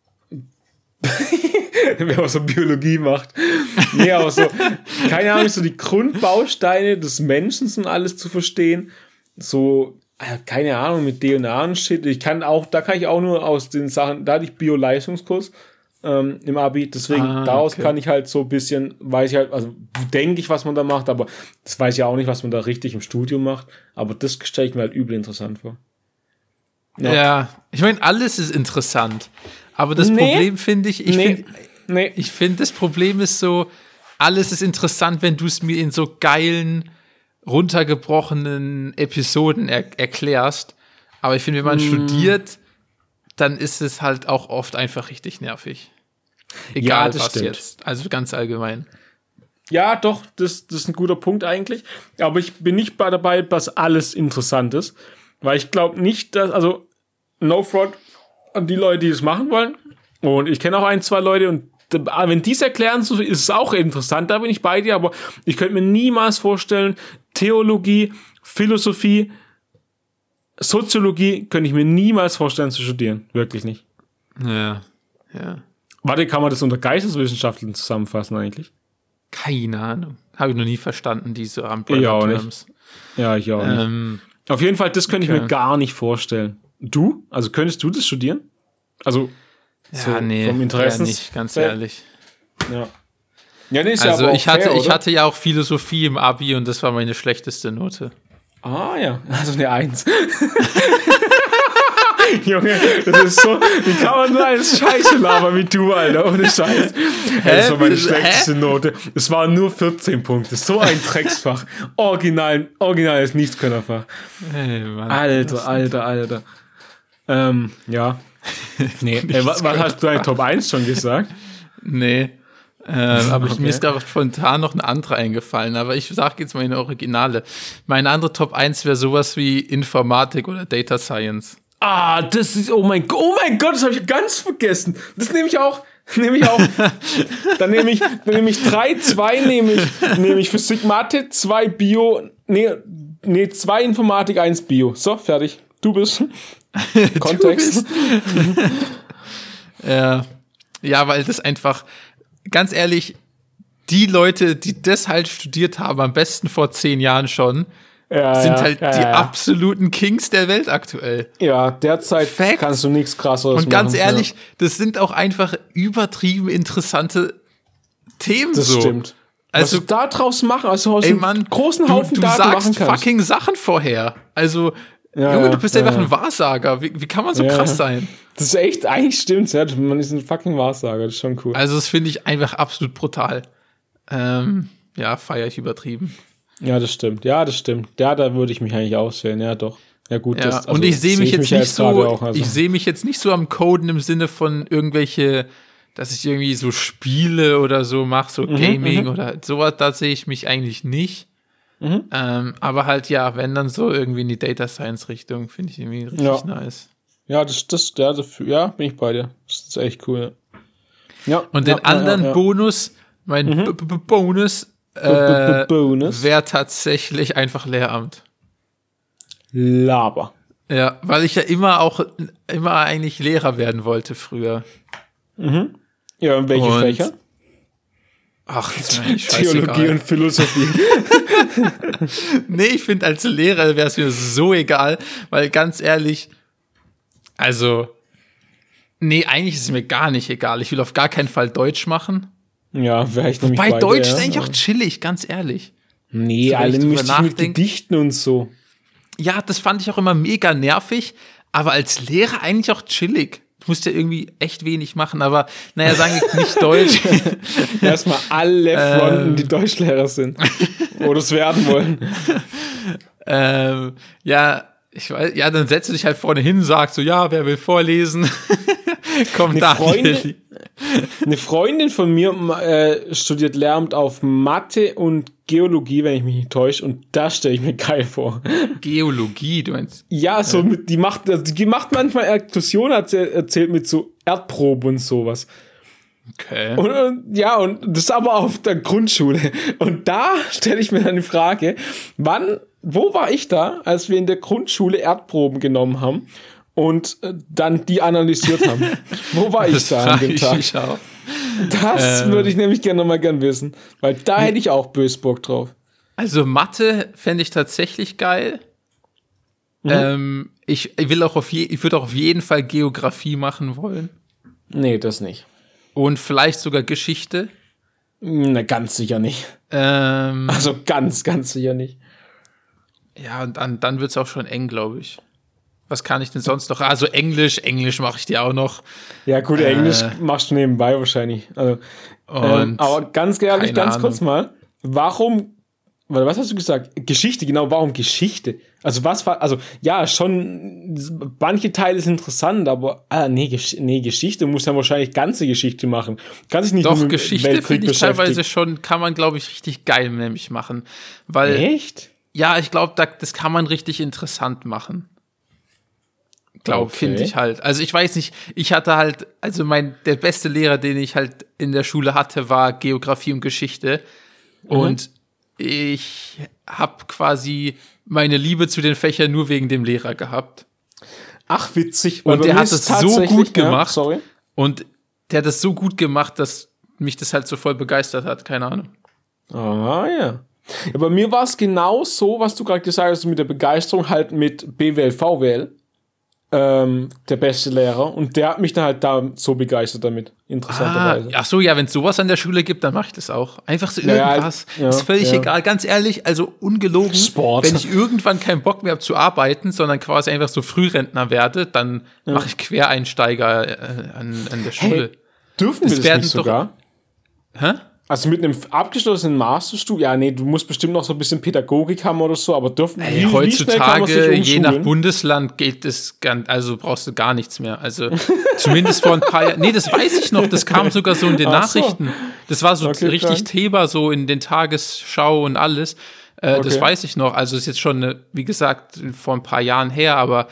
wenn man so Biologie macht. Nee, aber so, keine Ahnung, so die Grundbausteine des Menschen und alles zu verstehen. So, äh, keine Ahnung, mit D N A und Shit. Ich kann auch, da kann ich auch nur aus den Sachen, da hatte ich Bio-Leistungskurs ähm, im Abi, deswegen
Ah,
daraus
okay.
kann ich halt so ein bisschen, weiß ich halt, also denke ich, was man da macht, aber das weiß ich ja auch nicht, was man da richtig im Studium macht. Aber das stelle ich mir halt übel interessant vor.
Ja,
Ja.
ich meine, alles ist interessant. Aber das
Nee.
Problem finde ich, ich
Nee.
finde,
Nee.
ich finde, das Problem ist so, alles ist interessant, wenn du es mir in so geilen, runtergebrochenen Episoden er erklärst. Aber ich finde, wenn man
Mm.
studiert, dann ist es halt auch oft einfach richtig nervig. Egal
Ja, das
was
stimmt.
jetzt. Also ganz allgemein.
Ja, doch, das, das ist ein guter Punkt eigentlich. Aber ich bin nicht bei dabei, dass alles interessant ist. Weil ich glaube nicht, dass, also, no fraud an die Leute, die es machen wollen. Und ich kenne auch ein, zwei Leute und wenn die es erklären, so ist es auch interessant, da bin ich bei dir, aber ich könnte mir niemals vorstellen, Theologie, Philosophie, Soziologie könnte ich mir niemals vorstellen zu studieren. Wirklich nicht.
Ja. Ja.
Warte, kann man das unter Geisteswissenschaften zusammenfassen eigentlich?
Keine Ahnung. Habe ich noch nie verstanden, diese
Ich auch
Umbrella-Terms.
Ja, ich auch nicht.
Ähm,
Auf jeden Fall, das könnte ich
okay.
mir gar nicht vorstellen. Du? Also könntest du das studieren? Also so
ja, nee,
vom Interesse
eher nicht, ganz ehrlich.
Ja. Ja, nee, ist
Also
ja aber auch
ich hatte,
fair,
ich
oder?
hatte ja auch Philosophie im Abi und das war meine schlechteste Note.
Ah ja, also eine Eins. Junge, das ist so, wie kann man nur eine Scheiße labern wie du, Alter, ohne Scheiß. Hey, das war meine
Hä?
schlechteste Note. Es waren nur vierzehn Punkte, so ein Drecksfach. Original, originales Nichtskönnerfach.
Hey, Mann.
Alter, alter, alter. Ähm, ja. Nee, äh, was, was hast du eigentlich Top eins schon gesagt?
Nee. Ähm, aber ich,
Okay.
mir ist gerade spontan noch eine andere eingefallen, aber ich sage jetzt mal eine Originale. Meine andere Top eins wäre sowas wie Informatik oder Data Science.
Ah, das ist, oh mein Gott, oh mein Gott, das habe ich ganz vergessen. Das nehme ich auch, nehme ich auch. Dann nehme ich, dann nehme ich drei, zwei nehme ich, nehme ich Physik, Mathe, zwei Bio, nee, nee, zwei Informatik, eins Bio. So, fertig. Du bist. Kontext.
Du bist. ja. ja, weil das einfach, ganz ehrlich, die Leute, die das halt studiert haben, am besten vor zehn Jahren schon,
ja,
sind
ja,
halt
ja,
die
ja.
absoluten Kings der Welt aktuell.
Ja, derzeit
Facts.
kannst du nichts krasseres machen.
Und ganz
machen,
ehrlich,
ja.
das sind auch einfach übertrieben interessante Themen.
Das
so.
stimmt.
Also,
was du da draus machen, also aus
ey,
einem
Mann,
großen
du,
Haufen
du
Daten
sagst
machen kannst.
fucking Sachen vorher. Also,
Ja,
Junge,
ja,
du bist
ja,
einfach
ja.
ein Wahrsager. Wie, wie kann man so
Ja.
krass sein?
Das ist echt, eigentlich stimmt's, ja. Man ist ein fucking Wahrsager, das ist schon cool.
Also, das finde ich einfach absolut brutal. Ähm, ja, feiere ich übertrieben.
Ja, das stimmt. Ja, das stimmt. Ja, da würde ich mich eigentlich auswählen. Ja, doch. Ja, gut.
Ja,
das, also,
und ich sehe mich
seh
jetzt
ja
nicht so,
auch, also.
ich sehe mich jetzt nicht so am Coden im Sinne von irgendwelche, dass ich irgendwie so Spiele oder so mache, so
Mhm,
Gaming oder sowas, da sehe ich mich eigentlich nicht.
Mhm.
Ähm, aber halt, ja, wenn dann so irgendwie in die Data Science Richtung, finde ich irgendwie richtig
Ja.
nice.
Ja, das, das, ja, das, ja, bin ich bei dir. Das ist echt cool. Ja.
Und
ja,
den anderen
ja, ja.
Bonus, mein
Mhm.
B- B- Bonus,
B- B-
äh,
Bonus.
wäre tatsächlich einfach Lehramt.
Laber.
Ja, weil ich ja immer auch, immer eigentlich Lehrer werden wollte früher.
Ja, und welche
Und-
Fächer?
Ach, das ist mir eigentlich
Theologie
scheißegal.
und Philosophie.
Nee, ich finde, als Lehrer wäre es mir so egal, weil ganz ehrlich, also, nee, eigentlich ist es mir gar nicht egal. Ich will auf gar keinen Fall Deutsch machen.
Ja, wäre ich nämlich
Bei
bei dir,
Deutsch
ja.
ist eigentlich auch chillig, ganz ehrlich.
Nee,
So, wenn
alle
ich drüber
müsste ich mit
nachdenk-
Gedichten und so.
Ja, das fand ich auch immer mega nervig, aber als Lehrer eigentlich auch chillig. Du musst ja irgendwie echt wenig machen, aber naja, sagen wir nicht Deutsch.
Erstmal alle Fronten,
Ähm.
die Deutschlehrer sind. Oder es werden wollen.
ähm, ja, ich weiß, ja, dann setzt du dich halt vorne hin und sagst so, ja, wer will vorlesen? Komm,
Eine
Daniel.
Freundin- Eine Freundin von mir äh, studiert Lehramt auf Mathe und Geologie, wenn ich mich nicht täusche, und das stelle ich mir geil vor.
Geologie, du meinst.
Ja, so mit, die macht, also die macht manchmal Exkursionen, hat sie erzählt, mit so Erdproben und sowas.
Okay.
Und, und ja, und das ist aber auf der Grundschule. Und da stelle ich mir dann die Frage, wann, wo war ich da, als wir in der Grundschule Erdproben genommen haben und äh, dann die analysiert haben? Wo war ich
Das
da an
frage
dem
ich
Tag?
mich auch.
Das
Ähm.
würde ich nämlich gerne nochmal gern wissen, weil da hätte ich auch bös Bock drauf.
Also Mathe fände ich tatsächlich geil. Ähm, ich, ich will auch auf je, ich würde auch auf jeden Fall Geografie machen wollen.
Nee, das nicht.
Und vielleicht sogar Geschichte.
Na, ganz sicher nicht.
Ähm,
Also ganz, ganz sicher nicht.
ja, und dann, dann wird es auch schon eng, glaube ich. Was kann ich denn sonst noch? Also Englisch, Englisch mache ich dir auch noch.
Ja, gut,
Äh.
Englisch machst du nebenbei wahrscheinlich. Also,
Und
ähm, aber ganz ehrlich,
keine
ganz
Ahnung.
kurz mal, warum, weil was hast du gesagt? Geschichte, genau, warum Geschichte? Also was war, also ja, schon, manche Teile sind interessant, aber ah, nee, Gesch nee, Geschichte muss ja wahrscheinlich ganze Geschichte machen. Kann sich nicht
Doch,
nur mit dem
Geschichte
Weltkrieg
finde ich teilweise
beschäftigen.
schon, kann man, glaube ich, richtig geil nämlich machen. Weil,
Echt?
ja, ich glaube, da, das kann man richtig interessant machen. Glaube,
Okay.
finde ich halt. Also ich weiß nicht, ich hatte halt, also mein, der beste Lehrer, den ich halt in der Schule hatte, war Geografie und Geschichte. Und ich habe quasi meine Liebe zu den Fächern nur wegen dem Lehrer gehabt.
Ach, witzig.
Und
Weil bei
der
mir
hat
ist
es so
tatsächlich-
gut gemacht.
Ja, sorry.
Und der hat das so gut gemacht, dass mich das halt so voll begeistert hat. Keine Ahnung.
Ah, ja. Ja, bei mir war es genau so, was du gerade gesagt hast, mit der Begeisterung halt mit B W L, V W L, ähm, der beste Lehrer, und der hat mich dann halt da so begeistert damit,
Ah,
interessanterweise.
ach so, ja, wenn es sowas an der Schule gibt, dann mache ich das auch. Einfach so
Ja, ja,
irgendwas.
ja,
ist völlig
ja.
egal. Ganz ehrlich, also ungelogen.
Sport.
Wenn ich irgendwann keinen Bock mehr habe zu arbeiten, sondern quasi einfach so Frührentner werde, dann mache ich Quereinsteiger äh, an, an der Schule.
Dürfen
das
wir das
werden
nicht
doch-
sogar?
Hä?
Also mit einem abgeschlossenen Masterstudium, ja, nee, du musst bestimmt noch so ein bisschen Pädagogik haben oder so, aber dürfen
Ey, heutzutage, je nach
umschulen?
Bundesland geht es ganz, also brauchst du gar nichts mehr. Also zumindest vor ein paar Jahren. Nee, das weiß ich noch, das kam sogar so in den
Ach so.
Nachrichten. Das war so
Okay,
richtig
klar.
Thema, so in den Tagesschau und alles. Äh, Das
Okay.
weiß ich noch. Also ist jetzt schon, eine, wie gesagt, vor ein paar Jahren her, aber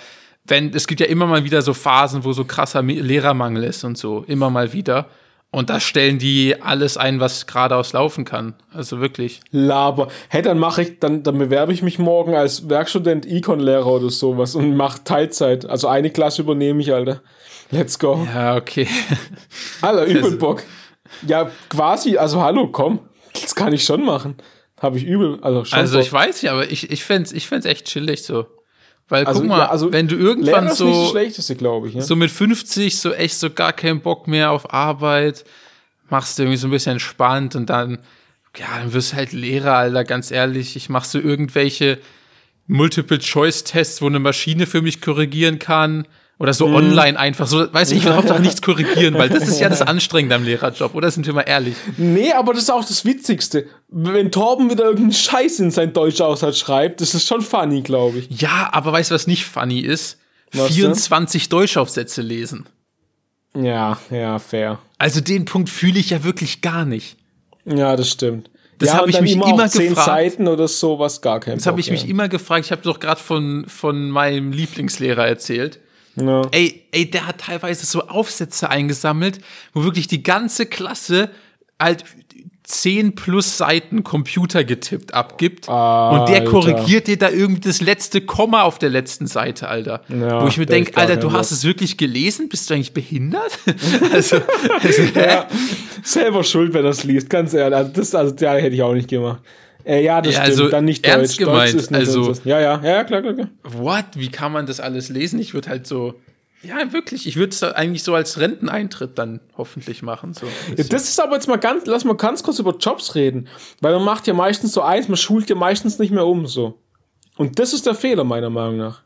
wenn, es gibt ja immer mal wieder so Phasen, wo so krasser Lehrermangel ist und so, immer mal wieder. Und da stellen die alles ein, was geradeaus laufen kann. Also wirklich.
Laber. Hey, dann mache ich, dann, dann bewerbe ich mich morgen als Werkstudent Econ-Lehrer oder sowas und mache Teilzeit. Also eine Klasse übernehme ich, Alter. Let's go.
Ja, okay.
Alter, übel Bock. Ja, quasi, also hallo, komm. Das kann ich schon machen. Habe ich übel, also schon
Also
Bock.
ich weiß ja, aber ich, ich fänd's, ich fänd's echt chillig so. Weil
Also,
guck mal,
ja, also
wenn du irgendwann
Lehrer ist
so,
nicht das Schlechteste, glaube ich. Ja?
so mit fünfzig so echt so gar keinen Bock mehr auf Arbeit, machst du irgendwie so ein bisschen entspannt und dann, ja, dann wirst du halt Lehrer, Alter, ganz ehrlich. Ich mach so irgendwelche Multiple-Choice-Tests, wo eine Maschine für mich korrigieren kann. Oder so mm. online einfach, so, weiß ich, ich will Hauptsache nichts korrigieren, weil das ist ja das Anstrengende am Lehrerjob, oder sind wir mal ehrlich?
Nee, aber das ist auch das Witzigste. Wenn Torben wieder irgendeinen Scheiß in sein Deutschaussatz schreibt, das ist schon funny, glaube ich.
Ja, aber weißt du, was nicht funny ist?
Was
vierundzwanzig denn? Deutschaufsätze lesen.
Ja, ja, fair.
Also den Punkt fühle ich ja wirklich gar nicht.
Ja, das stimmt.
Das
ja,
habe ich mich
immer,
immer
zehn
gefragt.
Seiten oder sowas, gar kein
Das habe
Bock,
ich mich
ja.
immer gefragt. Ich habe doch gerade von, von meinem Lieblingslehrer erzählt.
Ja.
Ey, ey, der hat teilweise so Aufsätze eingesammelt, wo wirklich die ganze Klasse halt zehn plus Seiten Computer getippt abgibt.
Alter.
Und der korrigiert dir da irgendwie das letzte Komma auf der letzten Seite, Alter.
Ja,
wo ich mir
der
denke,
ist gar
Alter,
kein
du
Bock.
hast es wirklich gelesen? Bist du eigentlich behindert? also, also hä?
Ja, selber schuld, wenn er es liest, ganz ehrlich. Also das also, ja, hätte ich auch nicht gemacht. Äh, ja, das
Ja,
stimmt.
also
Dann nicht
ernst
Deutsch.
gemeint,
Deutsch ist nicht
also-
unseres. Ja, ja, ja, klar, klar, klar.
What? Wie kann man das alles lesen? Ich würde halt so, ja, wirklich, ich würde es eigentlich so als Renteneintritt dann hoffentlich machen. So ein
Ja,
bisschen.
das ist aber jetzt mal ganz, lass mal ganz kurz über Jobs reden. Weil man macht ja meistens so eins, man schult ja meistens nicht mehr um, so. Und das ist der Fehler, meiner Meinung nach.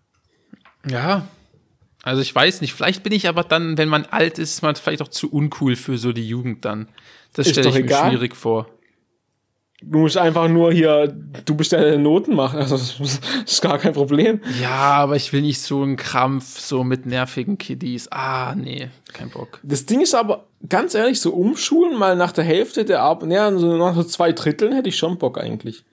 Ja, also ich weiß nicht, vielleicht bin ich aber dann, wenn man alt ist, man vielleicht auch zu uncool für so die Jugend dann. Das
Ist
stelle
doch
ich mir
egal.
schwierig vor.
Du musst einfach nur hier, du bist der Noten machen, also das ist gar kein Problem.
Ja, aber ich will nicht so einen Krampf, so mit nervigen Kiddies. Ah, nee, kein Bock.
Das Ding ist aber, ganz ehrlich, so umschulen mal nach der Hälfte der Arbeit, ja, so nach so zwei Dritteln hätte ich schon Bock eigentlich.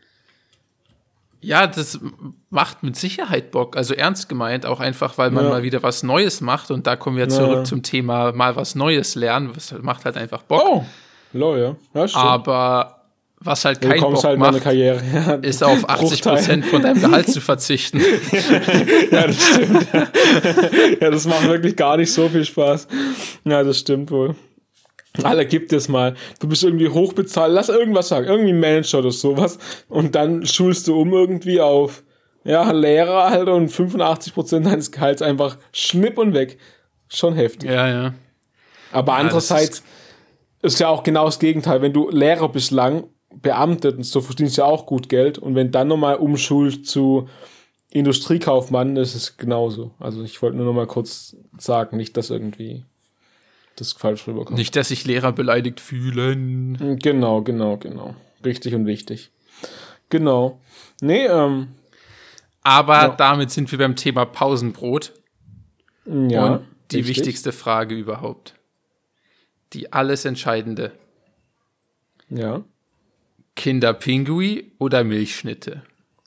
Ja, das macht mit Sicherheit Bock. Also ernst gemeint, auch einfach, weil man
Ja.
mal wieder was Neues macht. Und da kommen wir
Ja.
zurück zum Thema mal was Neues lernen. Das macht halt einfach Bock.
Oh, lol, ja. Ja, stimmt.
Aber was halt
du
keinen
kommst
Bock
halt in deine
macht,
Karriere. Ja,
ist auf achtzig Prozent von deinem Gehalt zu verzichten.
Ja, das stimmt. Ja, das macht wirklich gar nicht so viel Spaß. Ja, das stimmt wohl. Alter, gib dir's mal. Du bist irgendwie hochbezahlt. Lass irgendwas sagen. Irgendwie Manager oder sowas. Und dann schulst du um irgendwie auf, ja, Lehrer halt und fünfundachtzig Prozent deines Gehalts einfach schnipp und weg. Schon heftig.
Ja, ja.
Aber
Ja,
andererseits ist, ist ja auch genau das Gegenteil. Wenn du Lehrer bislang beamtet und so verdienst du ja auch gut Geld. Und wenn dann nochmal umschulst zu Industriekaufmann, ist es genauso. Also ich wollte nur noch mal kurz sagen, nicht, dass irgendwie das falsch rüberkommt.
Nicht, dass sich Lehrer beleidigt fühlen.
Genau, genau, genau. Richtig und wichtig. Genau. Nee, ähm,
Aber
Ja.
damit sind wir beim Thema Pausenbrot.
ja.
Und die
richtig.
wichtigste Frage überhaupt. Die alles entscheidende.
Ja.
Kinderpingui oder Milchschnitte?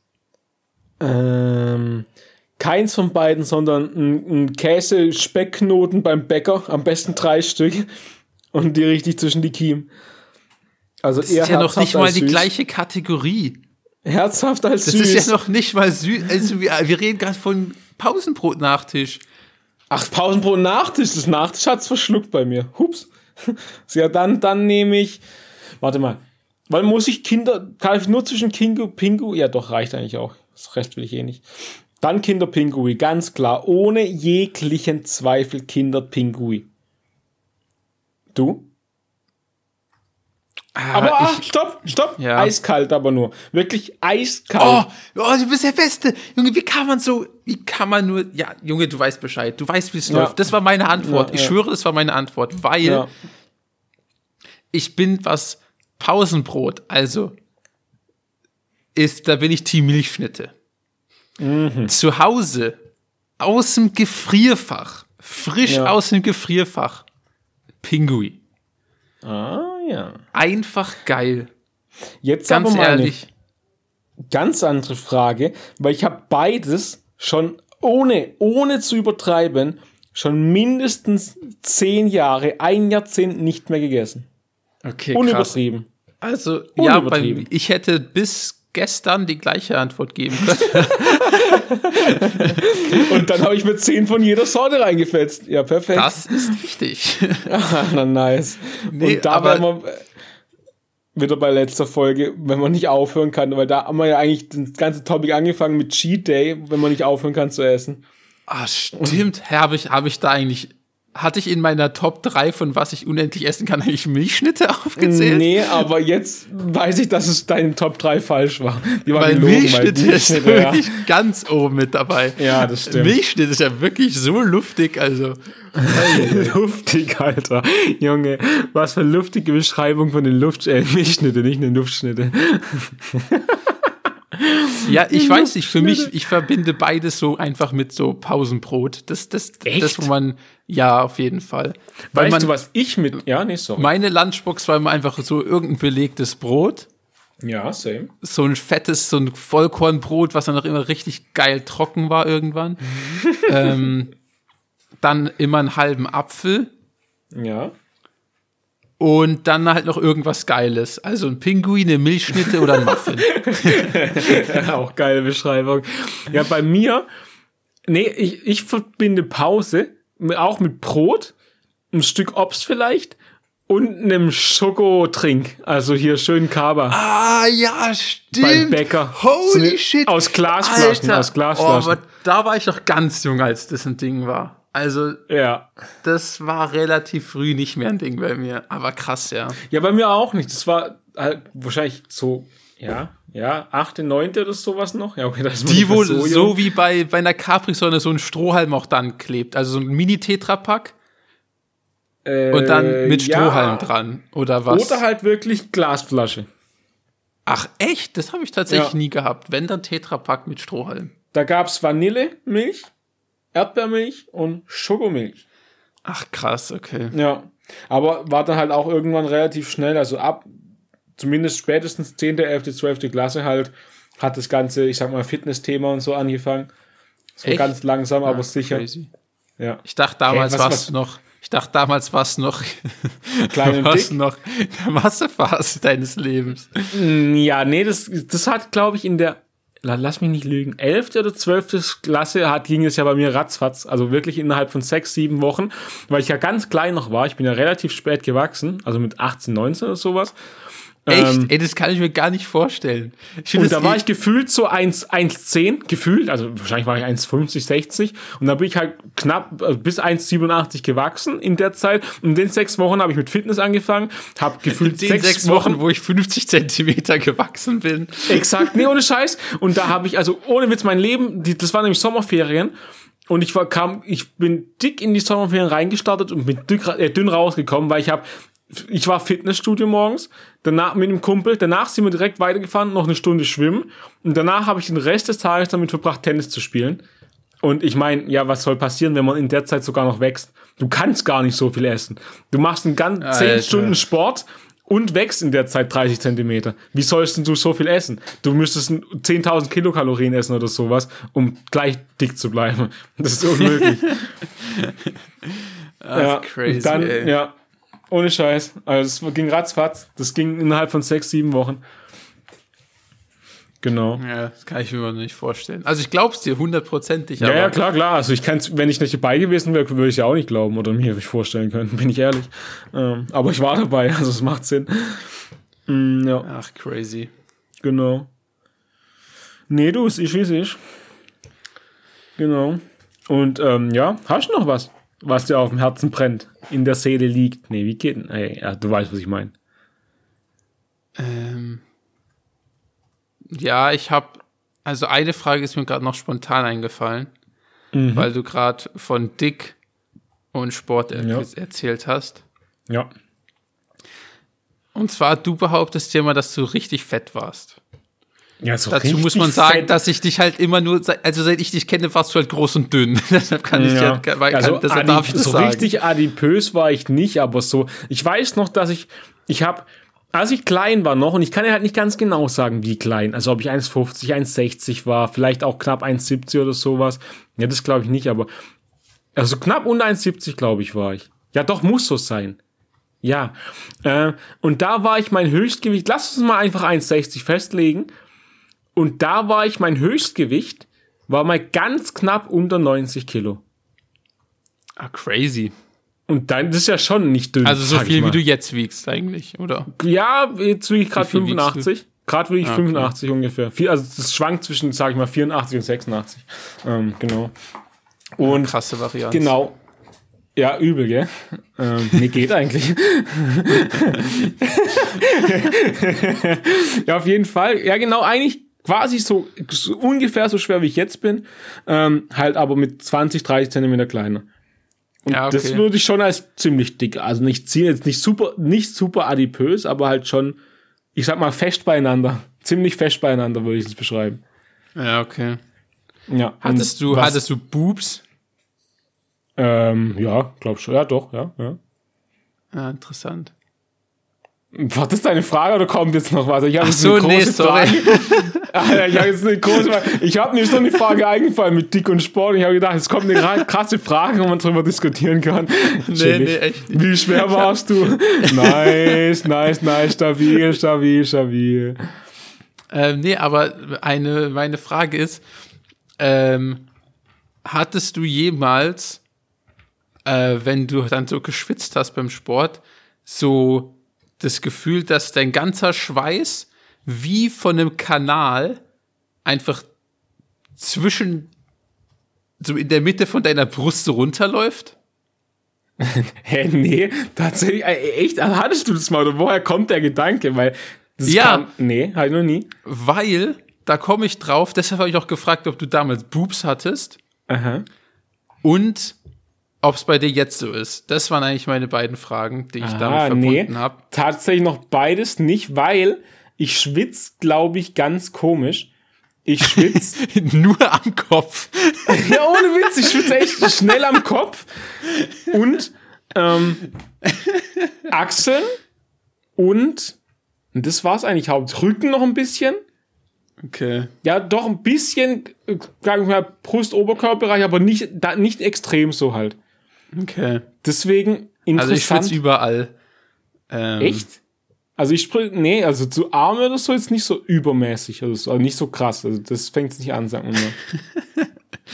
Ähm, keins von beiden, sondern ein, ein Käse-Speckknoten beim Bäcker. Am besten drei Stück. Und die richtig zwischen die Kiemen. Also
Das ist ja noch
herzhaft
nicht mal
als
die
süß.
gleiche Kategorie.
Herzhaft als
Das
süß.
ist ja noch nicht mal süß. Also wir, wir reden gerade von Pausenbrot-Nachtisch.
Ach, Pausenbrot Nachtisch. Das Nachtisch hat's verschluckt bei mir. Hups. Ja, dann, dann nehme ich. Warte mal. Weil muss ich Kinder. Kann ich nur zwischen Kingu, Pingu? Ja, doch, reicht eigentlich auch. Das Rest will ich eh nicht. Dann Kinderpingui, ganz klar. Ohne jeglichen Zweifel Kinderpingui. Du? Aber
Ah,
ach, stopp, stopp.
Ja.
Eiskalt aber nur. Wirklich eiskalt.
Oh, oh, du bist der Beste. Junge, wie kann man so, wie kann man nur, ja, Junge, du weißt Bescheid. Du weißt, wie es
Ja.
läuft. Das war meine Antwort.
Ja,
ich
ja.
schwöre, das war meine Antwort, weil
Ja.
ich bin, was Pausenbrot, also ist, da bin ich Team Milchschnitte.
Mhm.
Zu Hause, aus dem Gefrierfach, frisch
Ja.
aus dem Gefrierfach, Pingui.
Ah, ja.
Einfach geil.
Jetzt
Ganz
aber mal eine
ehrlich.
ganz andere Frage, weil ich habe beides schon ohne, ohne zu übertreiben, schon mindestens zehn Jahre, ein Jahrzehnt nicht mehr gegessen.
Okay,
Unübertrieben.
krass. Also, ja, bei, ich hätte bis gestern die gleiche Antwort geben können.
Und dann habe ich mir zehn von jeder Sorte reingefetzt. Ja, perfekt.
Das ist richtig.
Ah, na, nice.
Nee,
und da
aber
wären wir wieder bei letzter Folge, wenn man nicht aufhören kann, weil da haben wir ja eigentlich das ganze Topic angefangen mit Cheat Day, wenn man nicht aufhören kann zu essen.
Ah, stimmt. Habe ich, hab ich da eigentlich, hatte ich in meiner Top drei von was ich unendlich essen kann, eigentlich Milchschnitte aufgezählt?
Nee, aber jetzt weiß ich, dass es deine Top drei falsch war. Die
weil
gelogen,
Milchschnitte
weil
ist
Milchschnitte,
wirklich
ja.
ganz oben mit dabei.
Ja, das stimmt.
Milchschnitte ist ja wirklich so luftig, also.
Luftig, Alter. Junge, was für eine luftige Beschreibung von den Luft äh, Milchschnitte, nicht eine Luftschnitte.
Ja, ich weiß nicht, für mich, ich verbinde beides so einfach mit so Pausenbrot. Das, das,
Echt?
das, wo man, ja, auf jeden Fall. Weil
Weißt
man,
du, was ich mit, ja, nee, sorry.
meine Lunchbox war immer einfach so irgendein belegtes Brot.
Ja, same.
So ein fettes, so ein Vollkornbrot, was dann auch immer richtig geil trocken war irgendwann. ähm, dann immer einen halben Apfel.
Ja.
Und dann halt noch irgendwas Geiles. Also ein Pinguin, eine Milchschnitte oder ein Muffin.
Auch geile Beschreibung. Ja, bei mir, nee, ich, ich verbinde Pause auch mit Brot, ein Stück Obst vielleicht und einem Schokotrink. Also hier schön Kaba.
Ah, ja, stimmt.
Beim Bäcker.
Holy
So eine-
shit.
aus Glasflaschen,
Alter.
aus Glasflaschen.
Oh, aber da war ich noch ganz jung, als das ein Ding war. Also,
Ja.
das war relativ früh nicht mehr ein Ding bei mir. Aber krass, ja.
Ja, bei mir auch nicht. Das war halt wahrscheinlich so, ja, ja, achte, neunte oder sowas noch. Ja, okay, das ist
Die, wo
so,
so
jung.
wie bei, bei einer Capri-Sonne so ein Strohhalm auch dann klebt. Also so ein Mini-Tetrapack und dann mit
Äh, ja.
Strohhalm dran. Oder was?
Oder halt wirklich Glasflasche.
Ach, echt? Das habe ich tatsächlich
Ja.
nie gehabt. Wenn, dann Tetrapack mit Strohhalm.
Da gab's Vanillemilch, Erdbeermilch und Schokomilch.
Ach, krass, okay.
Ja, aber war dann halt auch irgendwann relativ schnell, also ab zumindest spätestens zehnte, elfte, zwölfte Klasse halt, hat das ganze, ich sag mal, Fitness-Thema und so angefangen. So
Echt?
ganz langsam, aber
Ah,
sicher.
crazy.
Ja.
Ich dachte damals
Hey, was-
war
was-
es noch, ich dachte damals war es noch,
Klein und
war's
dick?
noch der Massephase deines Lebens.
Ja, nee, das, das hat, glaube ich, in der, la- lass mich nicht lügen, elfte oder zwölfte Klasse hat, ging es ja bei mir ratzfatz, also wirklich innerhalb von sechs, sieben Wochen, weil ich ja ganz klein noch war, ich bin ja relativ spät gewachsen, also mit achtzehn, neunzehn oder sowas.
Echt?
Ähm,
Ey, das kann ich mir gar nicht vorstellen. Ich find
Und
das
da war
eh-
ich gefühlt so eins Komma zehn, gefühlt, also wahrscheinlich war ich eins Komma fünfzig, sechzig und dann bin ich halt knapp äh, bis eins Komma siebenundachtzig gewachsen in der Zeit. Und in den sechs Wochen habe ich mit Fitness angefangen, habe gefühlt
in den
sechs,
sechs Wochen, wo ich fünfzig Zentimeter gewachsen bin.
Exakt, nee, ohne Scheiß. Und da habe ich, also ohne Witz, mein Leben, die, das waren nämlich Sommerferien und ich war, kam, ich bin dick in die Sommerferien reingestartet und bin dick, äh, dünn rausgekommen, weil ich habe ich war Fitnessstudio morgens, danach mit einem Kumpel, danach sind wir direkt weitergefahren, noch eine Stunde schwimmen und danach habe ich den Rest des Tages damit verbracht, Tennis zu spielen. Und ich meine, ja, was soll passieren, wenn man in der Zeit sogar noch wächst? Du kannst gar nicht so viel essen. Du machst einen ganzen zehn
Alter.
Stunden Sport und wächst in der Zeit dreißig Zentimeter. Wie sollst denn du so viel essen? Du müsstest zehntausend Kilokalorien essen oder sowas, um gleich dick zu bleiben. Das ist unmöglich.
Ach,
ja,
crazy,
und dann,
ey.
ja, ohne Scheiß. Also es ging ratzfatz. Das ging innerhalb von sechs, sieben Wochen. Genau.
Ja, das kann ich mir mal nicht vorstellen. Also ich glaub's dir hundertprozentig,
Ja,
aber
ja, klar, klar. Also ich kann's, wenn ich nicht dabei gewesen wäre, würde ich ja auch nicht glauben oder mir nicht vorstellen können, bin ich ehrlich. Ähm, aber ich war dabei, also es macht Sinn. Mm, ja,
ach, crazy.
genau. Nee, du, es ist wie es ist. Genau. Und ähm, ja, hast du noch was, was dir auf dem Herzen brennt, in der Seele liegt? Nee, wie geht denn? Ey, ja, du weißt, was ich meine.
Ähm, ja, ich habe, also eine Frage ist mir gerade noch spontan eingefallen,
Mhm.
weil du gerade von Dick und Sport er
Ja.
erzählt hast.
Ja.
Und zwar, du behauptest ja immer, dass du richtig fett warst.
Ja, so
Dazu
richtig
muss man sagen,
fett.
dass ich dich halt immer nur, se- also seit ich dich kenne, warst du halt groß und dünn. Deshalb kann ich ja, kann,
also
deshalb
adip-
darf ich das
so
sagen.
richtig adipös war ich nicht, aber so, ich weiß noch, dass ich, ich habe als ich klein war noch, und ich kann ja halt nicht ganz genau sagen, wie klein, also ob ich eins fünfzig, eins sechzig war, vielleicht auch knapp eins siebzig oder sowas. Ja, das glaube ich nicht, aber also knapp unter eins siebzig, glaube ich, war ich. Ja, doch, muss so sein. Ja, äh, und da war ich mein Höchstgewicht, lass uns mal einfach eins sechzig festlegen, und da war ich mein Höchstgewicht, war mal ganz knapp unter neunzig Kilo.
Ah, crazy.
Und dann, das ist ja schon nicht dünn.
Also so viel, wie du jetzt wiegst eigentlich, oder?
Ja, jetzt wiege ich gerade fünfundachtzig. Gerade wiege ich
Ah,
fünfundachtzig okay. ungefähr. Viel, also das schwankt zwischen, sag ich mal, vierundachtzig und sechsundachtzig. Ähm, genau. Und
krasse Variante.
Genau. Ja, übel, gell? Ähm, nee, geht eigentlich. Ja, auf jeden Fall. Ja, genau, eigentlich quasi so, so ungefähr so schwer, wie ich jetzt bin. Ähm, halt aber mit zwanzig, dreißig Zentimeter kleiner. Und
ja, okay.
Das würde ich schon als ziemlich dick, also nicht ziehen, jetzt nicht super, nicht super adipös, aber halt schon, ich sag mal, fest beieinander. Ziemlich fest beieinander, würde ich es beschreiben.
Ja, okay.
Ja.
Hattest du,
was,
hattest du Boobs?
Ähm, ja, glaub schon. Ja, doch, ja, ja.
Ja, interessant.
War das deine Frage oder kommt jetzt noch was? Ich
Ach so, nee, sorry.
Alter, ich habe jetzt eine große Frage. Ich habe mir so eine Frage eingefallen mit Dick und Sport. Und ich habe gedacht, es kommt eine krasse Frage, wo man drüber diskutieren kann.
Nee, nee, echt nicht.
Wie schwer warst du? Nice, nice, nice, stabil, stabil, stabil.
Ähm, nee, aber eine, meine Frage ist, ähm, hattest du jemals, äh, wenn du dann so geschwitzt hast beim Sport, so das Gefühl, dass dein ganzer Schweiß wie von einem Kanal einfach zwischen, so in der Mitte von deiner Brust so runterläuft?
Hä, nee, tatsächlich, äh, echt, also hattest du das mal, oder woher kommt der Gedanke? Weil, das
ja,
kam, nee, halt noch nie.
Weil, da komme ich drauf, deshalb habe ich auch gefragt, ob du damals Boobs hattest.
Aha.
Und ob es bei dir jetzt so ist. Das waren eigentlich meine beiden Fragen, die ich
Ah,
damit verbunden
nee,
habe.
Tatsächlich noch beides nicht, weil ich schwitze, glaube ich, ganz komisch. Ich schwitze
Nur am Kopf.
Ja, ohne Witz, ich schwitze echt schnell am Kopf. Und ähm, Achseln und, und das war's eigentlich, Hauptrücken noch ein bisschen.
Okay.
Ja, doch ein bisschen, äh, sag ich mal, Brust-Oberkörperbereich, aber nicht, da, nicht extrem so halt.
Okay.
Deswegen interessant.
Also ich schwitze überall. Ähm,
Echt? Also ich sprich, nee, also zu Arme oder so jetzt nicht so übermäßig, also, so, also nicht so krass, also das fängt nicht an, sagen wir mal.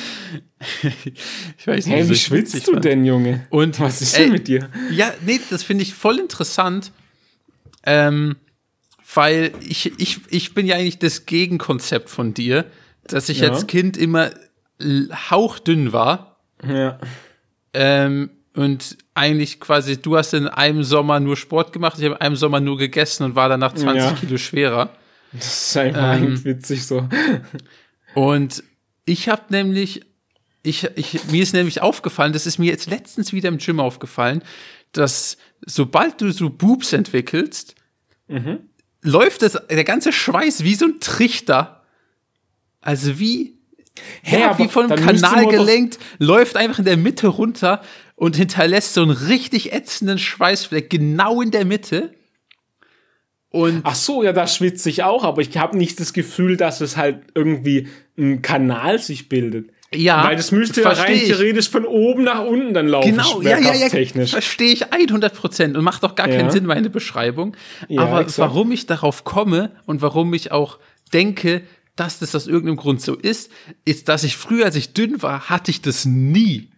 Ich weiß nicht,
Hey,
so
wie schwitzt du
fand.
denn, Junge?
Und
was ist
ey,
denn mit dir?
Ja, nee, das finde ich voll interessant, ähm, weil ich, ich, ich bin ja eigentlich das Gegenkonzept von dir, dass ich
Ja.
als Kind immer l- hauchdünn war.
Ja.
Ähm, und eigentlich quasi, du hast in einem Sommer nur Sport gemacht, ich habe in einem Sommer nur gegessen und war danach zwanzig
Ja.
Kilo schwerer.
Das ist einfach
Ähm,
eigentlich witzig so.
Und ich habe nämlich, ich, ich, mir ist nämlich aufgefallen, das ist mir jetzt letztens wieder im Gym aufgefallen, dass sobald du so Boobs entwickelst,
Mhm.
läuft das, der ganze Schweiß wie so ein Trichter. Also wie,
Hä,
ja,
aber
wie von einem
dann müsste
Kanal
man doch-
gelenkt, läuft einfach in der Mitte runter und hinterlässt so einen richtig ätzenden Schweißfleck genau in der Mitte. Und
Ach so, ja, da schwitze ich auch, aber ich habe nicht das Gefühl, dass es halt irgendwie ein Kanal sich bildet.
ja,
Weil das müsste ja rein
versteh ich.
theoretisch von oben nach unten dann laufen,
Genau, ja, ja, ja,
technisch.
verstehe ich hundert Prozent und macht auch gar
Ja.
keinen Sinn, meine Beschreibung.
Ja,
Aber
exakt.
warum ich darauf komme und warum ich auch denke, dass das aus irgendeinem Grund so ist, ist, dass ich früher, als ich dünn war, hatte ich das nie.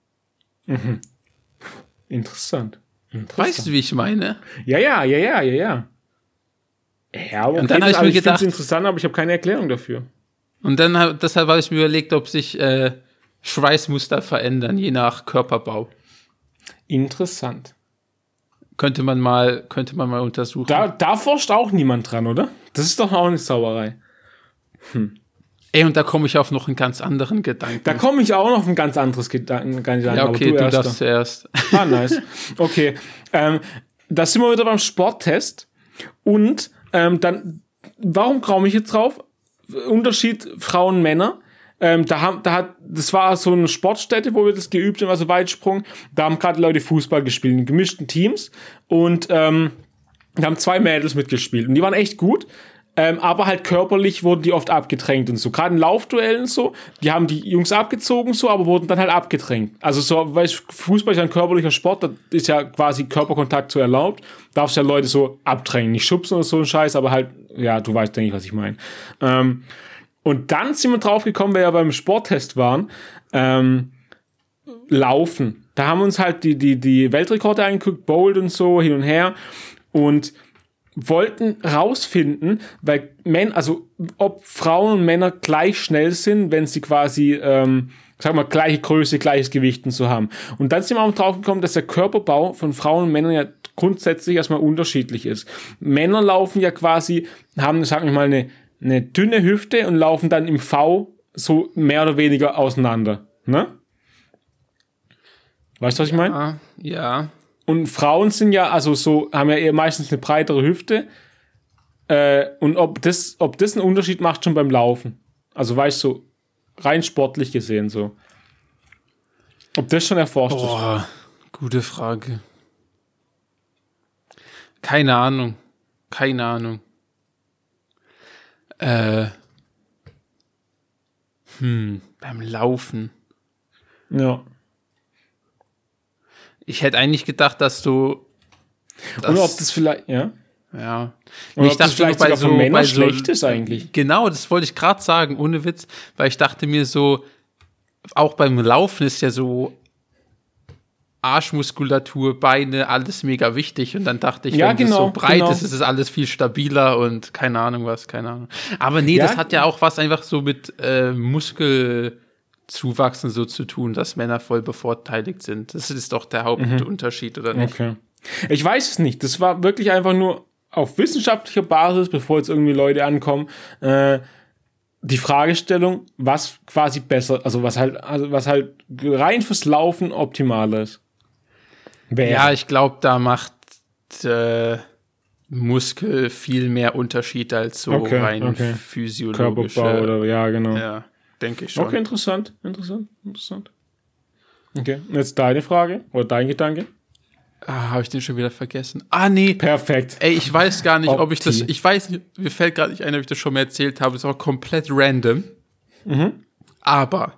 Interessant. Interessant.
Weißt du, wie ich meine?
Ja, ja, ja, ja, ja, ja. Ja, aber
Und dann hab ich
das-
mir
ich find's
gedacht-
interessant, aber ich habe keine Erklärung dafür.
Und dann hab, deshalb habe ich mir überlegt, ob sich äh, Schweißmuster verändern, je nach Körperbau.
Interessant.
Könnte man mal, könnte man mal untersuchen.
Da, da forscht auch niemand dran, oder? Das ist doch auch eine Sauerei.
Ey, und da komme ich auf noch einen ganz anderen Gedanken.
Da komme ich auch noch auf ein ganz anderes Gedanken. Gedanken
ja, okay,
aber
du,
du
darfst
erst.
zuerst.
Ah, nice. Okay. Ähm, da sind wir wieder beim Sporttest. Und ähm, dann, warum komme ich jetzt drauf? Unterschied Frauen, Männer. Ähm, da haben, da hat, das war so eine Sportstätte, wo wir das geübt haben, also Weitsprung. Da haben gerade Leute Fußball gespielt in gemischten Teams. Und ähm, Da haben zwei Mädels mitgespielt und die waren echt gut. Ähm, aber halt körperlich wurden die oft abgedrängt und so. Gerade in Laufduellen so, die haben die Jungs abgezogen so, aber wurden dann halt abgedrängt. Also so, weil Fußball ist ja ein körperlicher Sport, da ist ja quasi Körperkontakt so erlaubt. Darfst ja Leute so abdrängen, nicht schubsen oder so ein Scheiß, aber halt, ja, du weißt, denke ich, was ich meine. Ähm, und dann sind wir drauf gekommen, weil wir ja beim Sporttest waren, ähm, Laufen. Da haben wir uns halt die, die, die Weltrekorde angeguckt, Bolt und so, hin und her. Und wollten rausfinden, weil Männer, also ob Frauen und Männer gleich schnell sind, wenn sie quasi, ähm, sag mal, gleiche Größe, gleiches Gewicht und so haben. Und dann sind wir auch drauf gekommen, dass der Körperbau von Frauen und Männern ja grundsätzlich erstmal unterschiedlich ist. Männer laufen ja quasi, haben, sag ich mal, eine, eine dünne Hüfte und laufen dann im V so mehr oder weniger auseinander. Ne? Weißt du, was ich meine?
Ja, ja.
Und Frauen sind ja, also so, haben ja eher meistens eine breitere Hüfte. Äh, und ob das, ob das einen Unterschied macht schon beim Laufen. Also weißt du, so, rein sportlich gesehen so. Ob das schon erforscht ist.
Boah, gute Frage. Keine Ahnung. Keine Ahnung. Äh. Hm, beim Laufen.
Ja.
Ich hätte eigentlich gedacht, dass du.
Das, oder ob das vielleicht, ja.
Ja.
Oder
ich
ob
dachte,
das vielleicht
bei
sogar
so,
von Männern
bei so,
schlecht ist eigentlich.
Genau, das wollte ich gerade sagen, ohne Witz. Weil ich dachte mir so, auch beim Laufen ist ja so Arschmuskulatur, Beine, alles mega wichtig. Und dann dachte ich,
ja,
wenn
genau,
das so breit
genau.
ist, ist es alles viel stabiler und keine Ahnung was, keine Ahnung. Aber nee,
ja,
das hat ja auch was einfach so mit äh, Muskelzuwachsen so zu tun, dass Männer voll bevorteiligt sind. Das ist doch der Hauptunterschied, mhm. oder nicht?
Okay. Ich weiß es nicht. Das war wirklich einfach nur auf wissenschaftlicher Basis, bevor jetzt irgendwie Leute ankommen, äh, die Fragestellung, was quasi besser, also was halt, also was halt rein fürs Laufen optimaler ist.
Wäre. Ja, ich glaube, da macht äh, Muskel viel mehr Unterschied als so
okay,
rein
okay.
physiologische.
Körperbau oder, ja, genau.
Ja, denke ich schon.
Okay, interessant, interessant, interessant. Okay, jetzt deine Frage oder dein Gedanke?
Ah, habe ich den schon wieder vergessen? Ah, nee.
Perfekt.
Ey, ich weiß gar nicht,
Opti.
ob ich das, ich weiß nicht, mir fällt gerade nicht ein, ob ich das schon mal erzählt habe, das ist auch komplett random.
Mhm.
Aber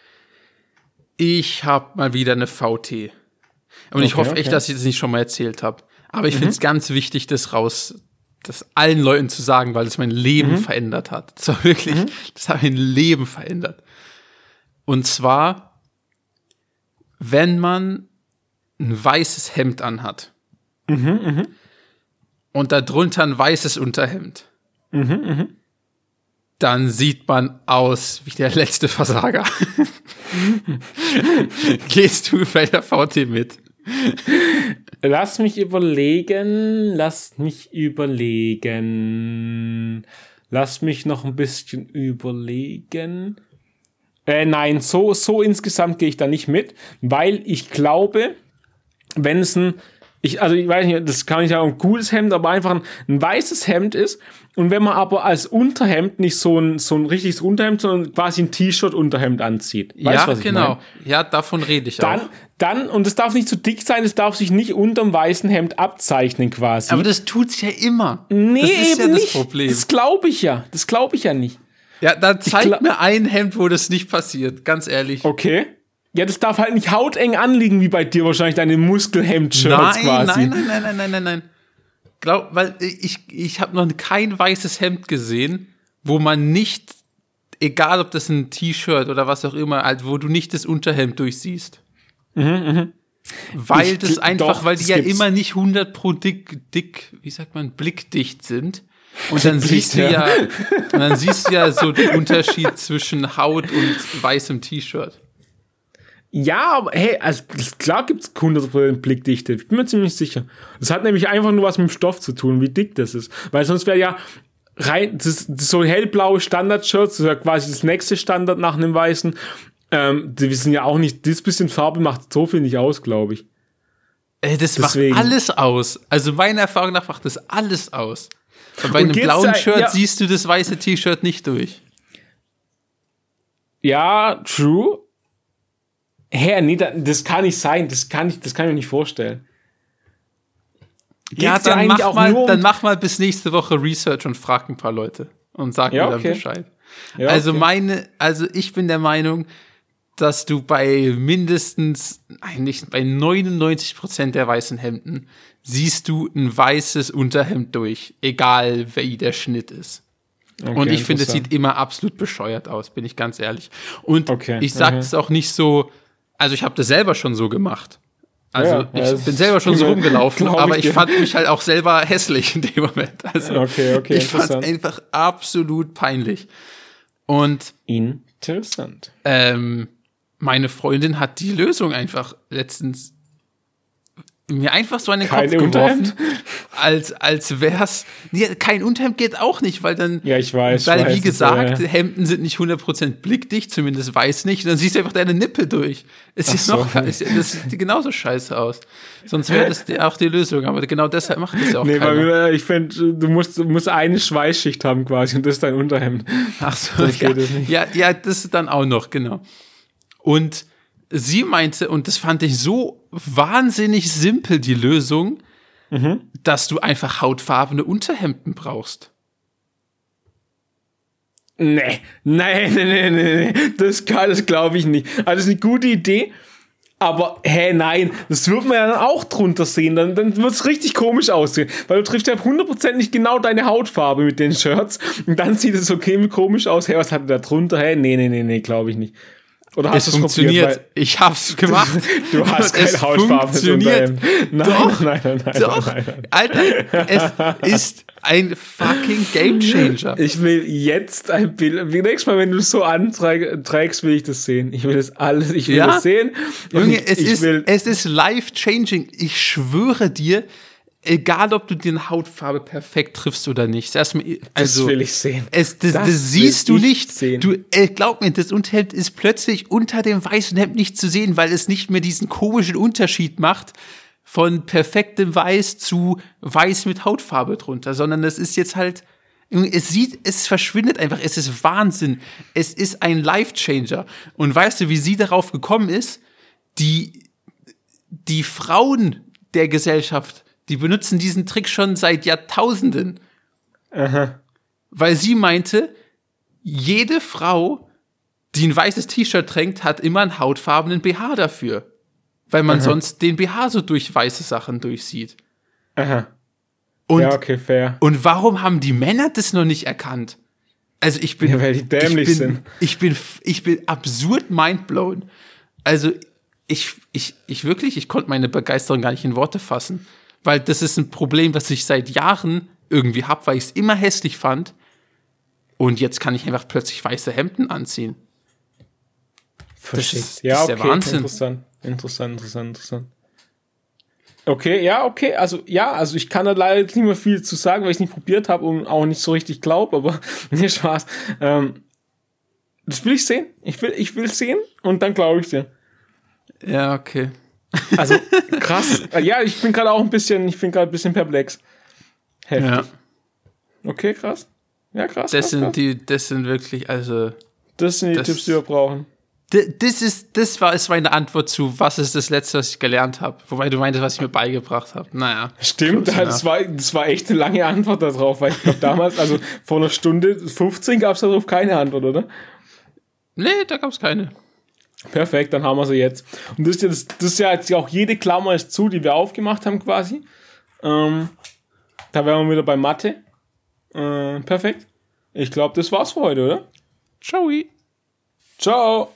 ich habe mal wieder eine V T. Und okay, ich hoffe echt, okay. dass ich das nicht schon mal erzählt habe. Aber ich mhm. finde es ganz wichtig, das raus, das allen Leuten zu sagen, weil es mein Leben mhm. verändert hat. Das war wirklich, mhm. das hat mein Leben verändert. Und zwar, wenn man ein weißes Hemd anhat
mhm, mh.
und darunter ein weißes Unterhemd,
mhm, mh.
dann sieht man aus wie der letzte Versager. Gehst du bei der V T mit?
Lass mich überlegen, lass mich überlegen, lass mich noch ein bisschen überlegen. Äh, nein, so, so insgesamt gehe ich da nicht mit, weil ich glaube, wenn es ein, ich, also ich weiß nicht, das kann nicht sagen, ein cooles Hemd, aber einfach ein, ein weißes Hemd ist und wenn man aber als Unterhemd nicht so ein, so ein richtiges Unterhemd, sondern quasi ein T-Shirt-Unterhemd anzieht. Weißt
ja,
was ich
genau.
Mein?
Ja, davon rede ich
dann,
auch.
Dann, und es darf nicht zu dick sein, es darf sich nicht unterm weißen Hemd abzeichnen quasi.
Aber das tut's ja immer.
Nee,
das ist
eben
ja das
nicht.
Problem.
Das glaube ich ja. Das glaube ich ja nicht.
Ja, dann zeig mir ein Hemd, wo das nicht passiert, ganz ehrlich.
Okay. Ja, das darf halt nicht hauteng anliegen, wie bei dir wahrscheinlich deine Muskelhemd-Shirts quasi.
Nein, nein, nein, nein, nein, nein, nein. Glaub, weil ich, ich habe noch kein weißes Hemd gesehen, wo man nicht, egal ob das ein T-Shirt oder was auch immer, halt, wo du nicht das Unterhemd durchsiehst.
Mhm, mh.
Weil
ich,
das einfach,
doch,
weil die
das
ja
gibt's.
immer nicht hundert pro dick, dick, wie sagt man, blickdicht sind. Und dann siehst du ja, und dann siehst du ja so den Unterschied zwischen Haut und weißem T-Shirt.
Ja, aber hey, also klar gibt's hundert Prozent Blickdichte. Ich bin mir ziemlich sicher. Das hat nämlich einfach nur was mit dem Stoff zu tun, wie dick das ist. Weil sonst wäre ja rein, das, das so hellblaue Standard-Shirts, das ist ja quasi das nächste Standard nach einem weißen. Ähm, die wissen ja auch nicht, das bisschen Farbe macht so viel nicht aus, glaube ich.
Ey, das
Deswegen.
macht alles aus. Also meiner Erfahrung nach macht das alles aus. Und bei einem blauen
da,
Shirt
ja.
siehst du das weiße T-Shirt nicht durch.
Ja, true. Hä, nee, das kann nicht sein. Das kann ich, das kann ich mir nicht vorstellen.
Ja,
Geht's dir
dann
eigentlich
mach,
auch
mal,
nur um-
dann mach mal bis nächste Woche Research und frag ein paar Leute und sag
Ja,
mir dann
okay.
Bescheid.
Ja,
also
okay.
meine, also ich bin der Meinung, dass du bei mindestens, eigentlich bei neunundneunzig Prozent der weißen Hemden siehst du ein weißes Unterhemd durch, egal wie der Schnitt ist.
Okay,
Und ich finde, es
interessant.
sieht immer absolut bescheuert aus, bin ich ganz ehrlich. Und
Okay,
ich sage
mhm.
es auch nicht so, also ich habe das selber schon so gemacht. Also
Ja,
ich
ja, das
bin selber schon so
glaub
rumgelaufen,
ich
aber ich
dir.
fand mich halt auch selber hässlich in dem Moment. Also
Okay, okay,
ich fand es
interessant.
einfach absolut peinlich. Und
Interessant.
ähm, meine Freundin hat die Lösung einfach letztens mir einfach so an den
Kein
Kopf geworfen,
Unterhemd?
als, als wär's. Nee, kein Unterhemd geht auch nicht, weil dann.
Ja, ich weiß.
Weil,
ich weiß,
wie gesagt,
das, äh,
Hemden sind nicht hundert Prozent blickdicht, zumindest weiß nicht. Und dann siehst du einfach deine Nippel durch. Es
Ach
ist
so.
noch, es, das sieht genauso scheiße aus. Sonst wäre das die, auch die Lösung. Aber genau deshalb macht das ja auch
Nee,
keiner.
weil äh, ich finde, du musst, du musst eine Schweißschicht haben quasi und das ist dein Unterhemd.
Ach so,
Sonst
ja,
geht es nicht.
ja, ja, das dann auch noch, genau. Und sie meinte, und das fand ich so wahnsinnig simpel, die Lösung,
Mhm.
dass du einfach hautfarbene Unterhemden brauchst.
Nee, nee, nee, nee, nee, nee. Das kann, das glaube ich nicht. Also, das ist eine gute Idee, aber, hä, nein, das wird man ja dann auch drunter sehen. Dann, dann wird es richtig komisch aussehen, weil du triffst ja hundert Prozent nicht genau deine Hautfarbe mit den Shirts und dann sieht es okay komisch aus. Hä, was hat er da drunter? Hä, nee, nee, nee, nee, glaube ich nicht. Oder hast
Es
du es
funktioniert.
probiert?
Ich hab's gemacht.
Du hast kein
Es
hautfarbenes
funktioniert.
Unterhemd. Nein,
Doch,
nein, nein, nein,
Doch,
nein, nein.
Alter, es ist ein fucking Gamechanger.
Ich will jetzt ein Bild. Wie nächstes Mal, wenn du es so anträgst, will ich das sehen. Ich will das alles, ich will
Ja?
das sehen. Und
Junge,
ich,
es,
ich
ist,
will,
es ist life-changing. Ich schwöre dir, egal ob du die Hautfarbe perfekt triffst oder nicht. Erstmal, also,
das will ich sehen.
Es, das, das,
Das
siehst
will
du
ich
nicht.
sehen.
Du, äh, glaub mir, das Unterhemd ist plötzlich unter dem weißen Hemd nicht zu sehen, weil es nicht mehr diesen komischen Unterschied macht von perfektem Weiß zu Weiß mit Hautfarbe drunter, sondern es ist jetzt halt, es sieht, es verschwindet einfach, es ist Wahnsinn. Es ist ein Life-Changer. Und weißt du, wie sie darauf gekommen ist? Die, die Frauen der Gesellschaft, die benutzen diesen Trick schon seit Jahrtausenden.
Aha.
Weil sie meinte, jede Frau, die ein weißes T-Shirt trägt, hat immer einen hautfarbenen B H dafür. Weil man
Aha.
sonst den B H so durch weiße Sachen durchsieht.
Aha.
Und,
Ja, okay, fair.
und warum haben die Männer das noch nicht erkannt? Also ich bin,
Ja, weil die dämlich
ich bin,
sind.
Ich bin, ich bin absurd mindblown. Also ich, ich, ich wirklich, ich konnte meine Begeisterung gar nicht in Worte fassen. Weil das ist ein Problem, was ich seit Jahren irgendwie habe, weil ich es immer hässlich fand. Und jetzt kann ich einfach plötzlich weiße Hemden anziehen.
Verstehe.
ist-
Ja,
das ist der
okay,
Wahnsinn.
interessant. Interessant, interessant, interessant. Okay, ja, okay, also ja, also ich kann da leider nicht mehr viel zu sagen, weil ich es nicht probiert habe und auch nicht so richtig glaube, aber nee, Spaß. Ähm, das will ich sehen. Ich will, ich will sehen und dann glaube ich dir.
Ja, okay.
Also krass. Ja, ich bin gerade auch ein bisschen, ich bin gerade ein bisschen perplex. Heftig.
Ja.
Okay, krass. Ja, krass.
Das
krass,
sind
krass.
die, das sind wirklich, also.
Das sind die
das-
Tipps, die wir brauchen.
D- Das ist, das war ist meine Antwort zu, was ist das Letzte, was ich gelernt habe. Wobei du meintest, was ich mir beigebracht habe. Naja.
Stimmt,
Close
das war, das war echt eine lange Antwort darauf, weil ich glaube damals, also vor einer Stunde fünfzehn gab es darauf keine Antwort, oder?
Nee, da gab es keine.
Perfekt, dann haben wir sie jetzt. Und das ist ja, das, das ist ja jetzt auch jede Klammer ist zu, die wir aufgemacht haben quasi. Ähm, da wären wir wieder bei Mathe. Äh, perfekt. Ich glaube, das war's für heute, oder?
Ciao.
Ciao.